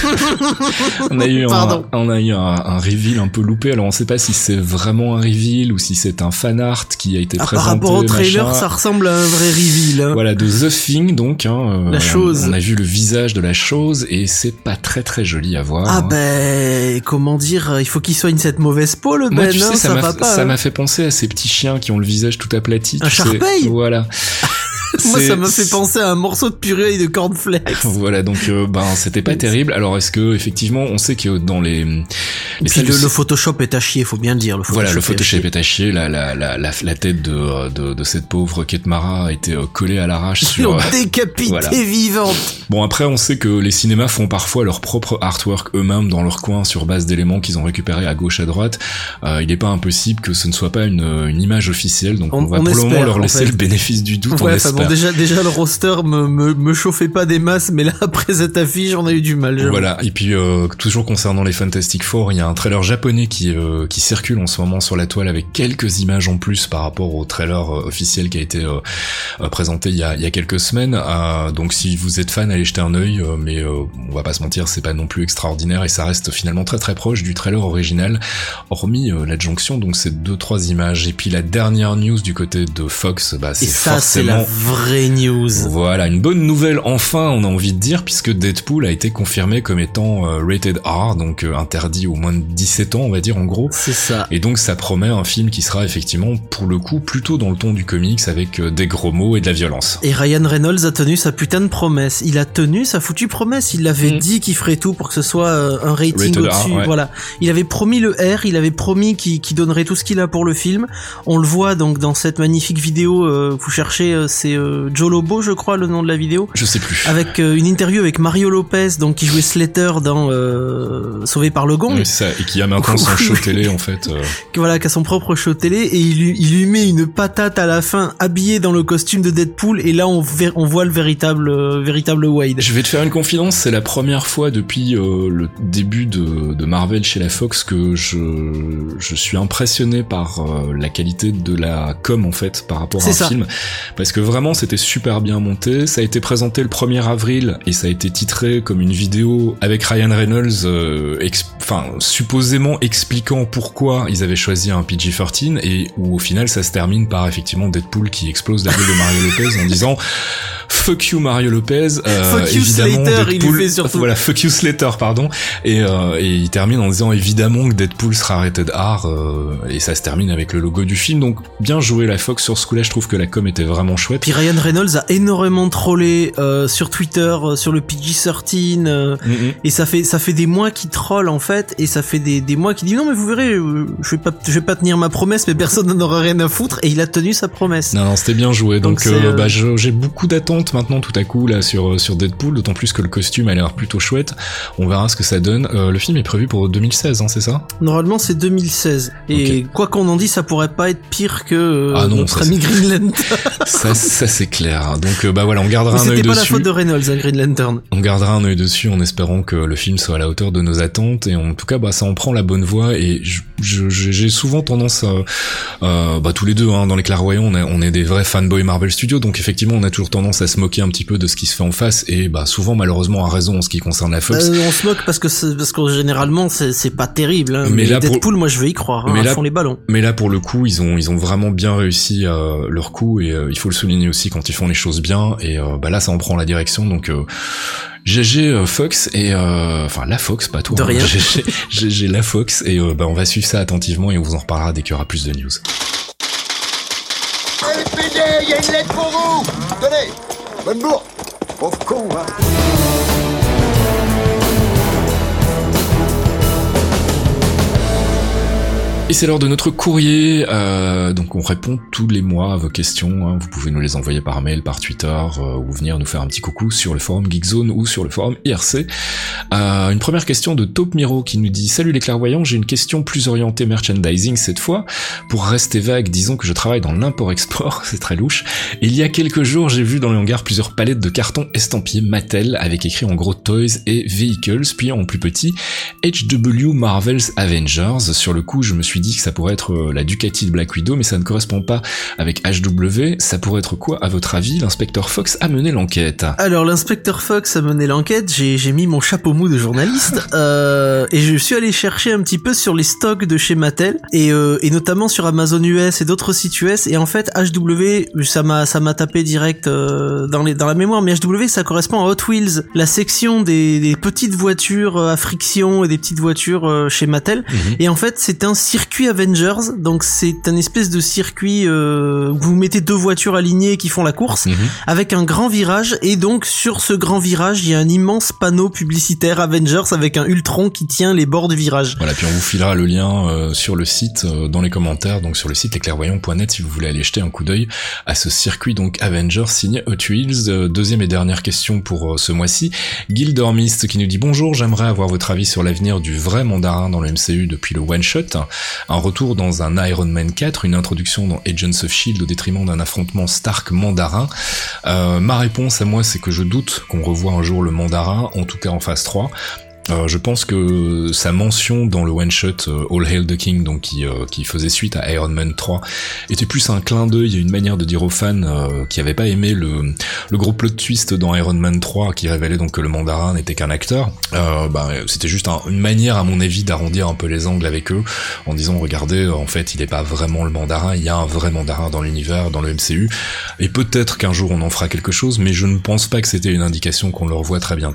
[SPEAKER 1] a eu un reveal un peu loupé. Alors on sait pas si c'est vraiment un reveal ou si c'est un fan art qui a été présenté. Par rapport
[SPEAKER 3] au trailer, ça ressemble à un vrai reveal.
[SPEAKER 1] Voilà, de The Thing donc.
[SPEAKER 3] La chose.
[SPEAKER 1] On a vu le visage de la chose et c'est pas très très joli à voir.
[SPEAKER 3] Comment dire, il faut qu'il soigne cette mauvaise peau, le
[SPEAKER 1] Moi, tu sais,
[SPEAKER 3] ça va pas.
[SPEAKER 1] Ça m'a fait penser à ces petits chiens qui ont le visage tout aplati.
[SPEAKER 3] Un Sharpei.
[SPEAKER 1] Voilà.
[SPEAKER 3] Moi, ça m'a fait penser à un morceau de purée et de cornflakes.
[SPEAKER 1] Voilà, donc c'était pas terrible. Alors est-ce que effectivement, on sait que dans les
[SPEAKER 3] le Photoshop est à chier, faut bien le dire.
[SPEAKER 1] Le Photoshop est à chier. La tête de cette pauvre Kate Mara a été collée à l'arrache sur.
[SPEAKER 3] Ils l'ont décapitée vivante.
[SPEAKER 1] Bon, après, on sait que les cinémas font parfois leur propre artwork eux-mêmes dans leur coin sur base d'éléments qu'ils ont récupérés à gauche à droite. Il est pas impossible que ce ne soit pas une image officielle, donc on va pour le moment leur laisser le bénéfice du doute.
[SPEAKER 3] Ouais, bon, déjà le roster me chauffait pas des masses, mais là après cette affiche on a eu du mal.
[SPEAKER 1] Voilà, et puis toujours concernant les Fantastic Four, il y a un trailer japonais qui circule en ce moment sur la toile avec quelques images en plus par rapport au trailer officiel qui a été présenté il y a quelques semaines. Donc si vous êtes fan, allez jeter un œil, mais on va pas se mentir, c'est pas non plus extraordinaire et ça reste finalement très très proche du trailer original, hormis l'adjonction donc ces 2-3 images. Et puis la dernière news du côté de Fox, c'est forcément
[SPEAKER 3] c'est la vraie news.
[SPEAKER 1] Voilà, une bonne nouvelle enfin, on a envie de dire, puisque Deadpool a été confirmé comme étant rated R, donc interdit aux moins de 17 ans, on va dire en gros.
[SPEAKER 3] C'est ça.
[SPEAKER 1] Et donc ça promet un film qui sera effectivement pour le coup plutôt dans le ton du comics avec des gros mots et de la violence.
[SPEAKER 3] Et Ryan Reynolds a tenu sa putain de promesse. Il a tenu sa foutue promesse. Il avait dit qu'il ferait tout pour que ce soit un rating
[SPEAKER 1] rated
[SPEAKER 3] au-dessus.
[SPEAKER 1] R, ouais.
[SPEAKER 3] Voilà. Il avait promis le R, il avait promis qu'il donnerait tout ce qu'il a pour le film. On le voit donc dans cette magnifique vidéo, vous cherchez, c'est Joe Lobo, je crois, le nom de la vidéo.
[SPEAKER 1] Je sais plus.
[SPEAKER 3] Avec une interview avec Mario Lopez, donc qui jouait Slater dans Sauvé par le Gong.
[SPEAKER 1] Oui, c'est ça, et qui a maintenant son show télé en fait.
[SPEAKER 3] Voilà, qui a son propre show télé, et il lui met une patate à la fin, habillé dans le costume de Deadpool, et là on voit le véritable Wade.
[SPEAKER 1] Je vais te faire une confidence, c'est la première fois depuis le début de Marvel chez la Fox que je suis impressionné par la qualité de la com en fait par rapport à un film, parce que vraiment c'était super bien monté. Ça a été présenté le 1er avril et ça a été titré comme une vidéo avec Ryan Reynolds supposément expliquant pourquoi ils avaient choisi un PG-13, et où au final ça se termine par effectivement Deadpool qui explose la gueule de Mario Lopez en disant fuck you Mario Lopez,
[SPEAKER 3] fuck you
[SPEAKER 1] évidemment
[SPEAKER 3] Slater,
[SPEAKER 1] Deadpool,
[SPEAKER 3] il lui fait surtout.
[SPEAKER 1] Voilà, fuck you Slater, pardon, et il termine en disant évidemment que Deadpool sera rated R, et ça se termine avec le logo du film. Donc bien joué la Fox sur ce coup-là, je trouve que la com était vraiment chouette.
[SPEAKER 3] Puis Ryan Reynolds a énormément trollé sur Twitter sur le PG-13, et ça fait des mois qu'il troll en fait, et ça fait des mois qu'il dit non mais vous verrez, je vais pas tenir ma promesse, mais personne n'en aura rien à foutre, et il a tenu sa promesse.
[SPEAKER 1] Non, c'était bien joué. Donc j'ai beaucoup d'attentes maintenant tout à coup là sur Deadpool, d'autant plus que le costume a l'air plutôt chouette. On verra ce que ça donne. Le film est prévu pour 2016, hein, c'est ça?
[SPEAKER 3] Normalement c'est 2016. Et quoi qu'on en dise, ça pourrait pas être pire que notre ami Green Lantern.
[SPEAKER 1] ça c'est clair. Donc voilà, on gardera un œil dessus.
[SPEAKER 3] C'était pas la faute de Reynolds, Green Lantern.
[SPEAKER 1] On gardera un œil dessus en espérant que le film soit à la hauteur de nos attentes, et en tout cas ça en prend la bonne voie. Et j'ai souvent tendance tous les deux dans les clairvoyants, on est des vrais fanboys Marvel Studios, donc effectivement on a toujours tendance à se moquer un petit peu de ce qui se fait en face, et souvent malheureusement à raison en ce qui concerne la Fox.
[SPEAKER 3] On se moque parce que généralement c'est pas terrible, hein, mais
[SPEAKER 1] là,
[SPEAKER 3] Deadpool, moi je veux y croire, à fond les ballons.
[SPEAKER 1] Mais là pour le coup ils ont vraiment bien réussi leur coup, et il faut le souligner aussi quand ils font les choses bien, et là ça en prend la direction, donc GG Fox, et la Fox, pas toi.
[SPEAKER 3] De rien.
[SPEAKER 1] GG la Fox, et on va suivre ça attentivement, et on vous en reparlera dès qu'il y aura plus de news.
[SPEAKER 7] LPD, il y a une lettre pour vous. Tenez, bonne bourre. Pauvre con, hein.
[SPEAKER 1] Et c'est l'heure de notre courrier, donc on répond tous les mois à vos questions, hein. Vous pouvez nous les envoyer par mail, par Twitter, ou venir nous faire un petit coucou sur le forum Geekzone ou sur le forum IRC. Une première question de Taupe Miro qui nous dit « Salut les clairvoyants, j'ai une question plus orientée merchandising cette fois. Pour rester vague, disons que je travaille dans l'import-export, c'est très louche. Et il y a quelques jours, j'ai vu dans les hangars plusieurs palettes de cartons estampillés Mattel avec écrit en gros Toys et Vehicles, puis en plus petit HW Marvel's Avengers. Sur le coup, je me suis dit que ça pourrait être la Ducati de Black Widow, mais ça ne correspond pas avec HW. Ça pourrait être quoi, à votre avis? L'inspecteur Fox a mené l'enquête.
[SPEAKER 3] Alors, l'inspecteur Fox a mené l'enquête, j'ai mis mon chapeau mou de journaliste, et je suis allé chercher un petit peu sur les stocks de chez Mattel, et notamment sur Amazon US et d'autres sites US, et en fait, HW, ça m'a tapé direct dans la mémoire, mais HW, ça correspond à Hot Wheels, la section des petites voitures à friction et des petites voitures chez Mattel, et en fait, c'est un circuit Avengers, donc c'est un espèce de circuit où vous mettez deux voitures alignées qui font la course, avec un grand virage, et donc sur ce grand virage il y a un immense panneau publicitaire Avengers avec un Ultron qui tient les bords du virage.
[SPEAKER 1] Voilà, puis on vous filera le lien sur le site dans les commentaires, donc sur le site lesclairvoyants.net si vous voulez aller jeter un coup d'œil à ce circuit donc Avengers signé Hot Wheels. Deuxième et dernière question pour ce mois-ci, Gildormist qui nous dit bonjour, j'aimerais avoir votre avis sur l'avenir du vrai mandarin dans le MCU depuis le one shot. Un retour dans un Iron Man 4, une introduction dans Agents of S.H.I.E.L.D. au détriment d'un affrontement Stark-Mandarin. Ma réponse à moi, c'est que je doute qu'on revoie un jour le Mandarin, en tout cas en phase 3. Je pense que sa mention dans le one-shot All Hail the King, donc qui faisait suite à Iron Man 3, était plus un clin d'œil et une manière de dire aux fans qui avaient pas aimé le gros plot twist dans Iron Man 3 qui révélait donc que le mandarin n'était qu'un acteur. C'était juste une manière à mon avis d'arrondir un peu les angles avec eux en disant regardez, en fait il est pas vraiment le mandarin, il y a un vrai mandarin dans l'univers, dans le MCU, et peut-être qu'un jour on en fera quelque chose, mais je ne pense pas que c'était une indication qu'on le revoit très bientôt.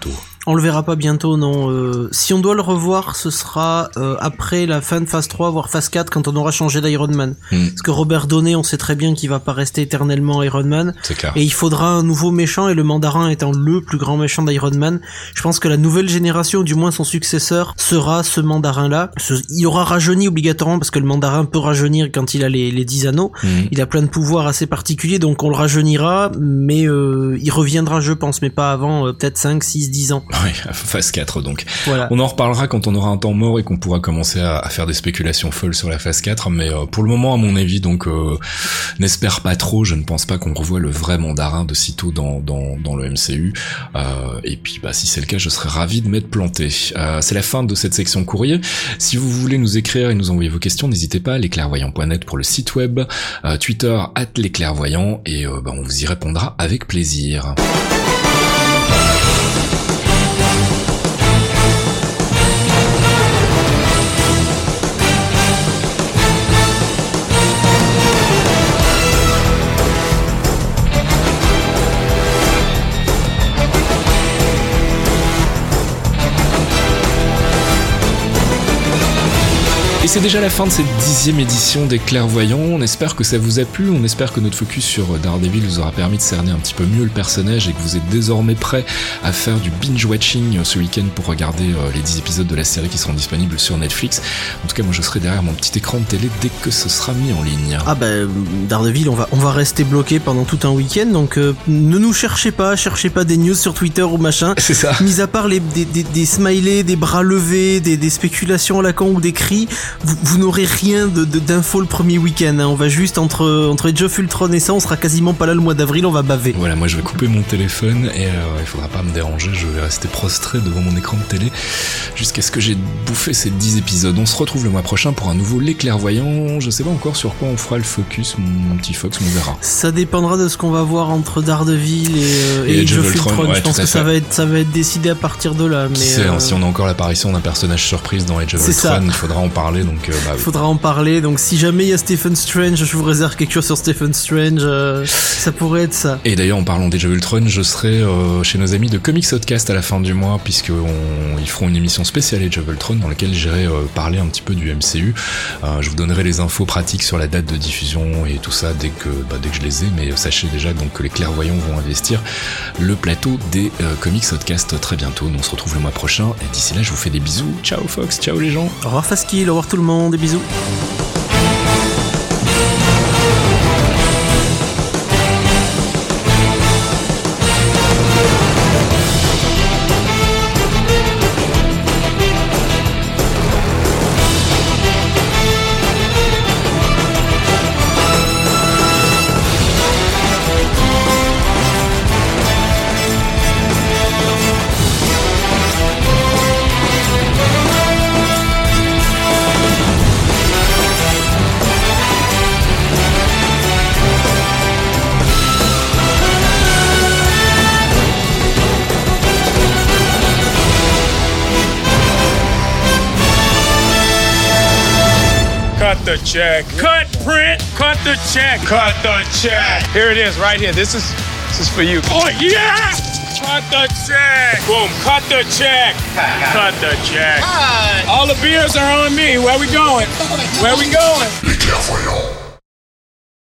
[SPEAKER 3] On le verra pas bientôt, non. Si on doit le revoir, ce sera après la fin de phase 3, voire phase 4, quand on aura changé d'Iron Man. Parce que Robert Downey, on sait très bien qu'il va pas rester éternellement Iron Man.
[SPEAKER 1] C'est clair.
[SPEAKER 3] Et il faudra un nouveau méchant, et le Mandarin étant le plus grand méchant d'Iron Man, je pense que la nouvelle génération, ou du moins son successeur, sera ce Mandarin-là. Il aura rajeuni obligatoirement, parce que le Mandarin peut rajeunir quand il a les 10 anneaux. Il a plein de pouvoirs assez particuliers, donc on le rajeunira, mais il reviendra, je pense, mais pas avant peut-être 5, 6, 10 ans.
[SPEAKER 1] Oui, phase 4 donc.
[SPEAKER 3] Voilà.
[SPEAKER 1] On en reparlera quand on aura un temps mort et qu'on pourra commencer à faire des spéculations folles sur la phase 4, mais pour le moment, à mon avis, donc n'espère pas trop, je ne pense pas qu'on revoie le vrai Mandarin de sitôt dans le MCU, et puis bah si c'est le cas, je serais ravi de m'être planté. C'est la fin de cette section courrier. Si vous voulez nous écrire et nous envoyer vos questions, n'hésitez pas, lesclairvoyants.net pour le site web, Twitter @lesclairvoyants, et on vous y répondra avec plaisir. Et c'est déjà la fin de cette 10e édition des Clairvoyants. On espère que ça vous a plu, on espère que notre focus sur Daredevil vous aura permis de cerner un petit peu mieux le personnage et que vous êtes désormais prêts à faire du binge-watching ce week-end pour regarder les 10 épisodes de la série qui seront disponibles sur Netflix. En tout cas, moi je serai derrière mon petit écran de télé dès que ce sera mis en ligne.
[SPEAKER 3] Ah bah Daredevil, on va rester bloqué pendant tout un week-end, donc ne nous cherchez pas des news sur Twitter ou machin.
[SPEAKER 1] C'est ça.
[SPEAKER 3] Mis à part des smileys, des bras levés, des spéculations à la con ou des cris, vous n'aurez rien d'info le premier week-end, hein. On va juste entre Age of Ultron et ça, on sera quasiment pas là le mois d'avril, on va baver.
[SPEAKER 1] Voilà, moi je vais couper mon téléphone et il faudra pas me déranger, je vais rester prostré devant mon écran de télé jusqu'à ce que j'ai bouffé ces 10 épisodes. On se retrouve le mois prochain pour un nouveau Les Clairvoyants. Je sais pas encore sur quoi on fera le focus, mon petit Fox, on verra.
[SPEAKER 3] Ça dépendra de ce qu'on va voir entre Daredevil et Age of Ultron.
[SPEAKER 1] Ouais,
[SPEAKER 3] je pense que ça va être décidé à partir de là. Mais
[SPEAKER 1] qui sait, si on a encore l'apparition d'un personnage surprise dans Age of Ultron, il faudra en parler, donc
[SPEAKER 3] il faudra en parler, donc si jamais il y a Stephen Strange, je vous réserve quelque chose sur Stephen Strange, ça pourrait être ça.
[SPEAKER 1] Et d'ailleurs, en parlant d'Age of Ultron, je serai chez nos amis de Comics Podcast à la fin du mois, puisqu'ils feront une émission spéciale Age of Ultron dans laquelle j'irai parler un petit peu du MCU. Je vous donnerai les infos pratiques sur la date de diffusion et tout ça dès que je les ai, mais sachez déjà donc que les clairvoyants vont investir le plateau des Comics Podcast très bientôt. Nous on se retrouve le mois prochain, et d'ici là je vous fais des bisous. Ciao Fox, ciao les gens.
[SPEAKER 3] Au revoir Faskill, au revoir tout le monde, des bisous.
[SPEAKER 8] Cut the check. Cut, print, cut the check. Cut the check. Here it is, right here. This is for you. Oh, yeah! Cut the check. Boom, cut the check. Cut the check. All the beers are on me. Where we going? Where we going? Les Clairvoyants.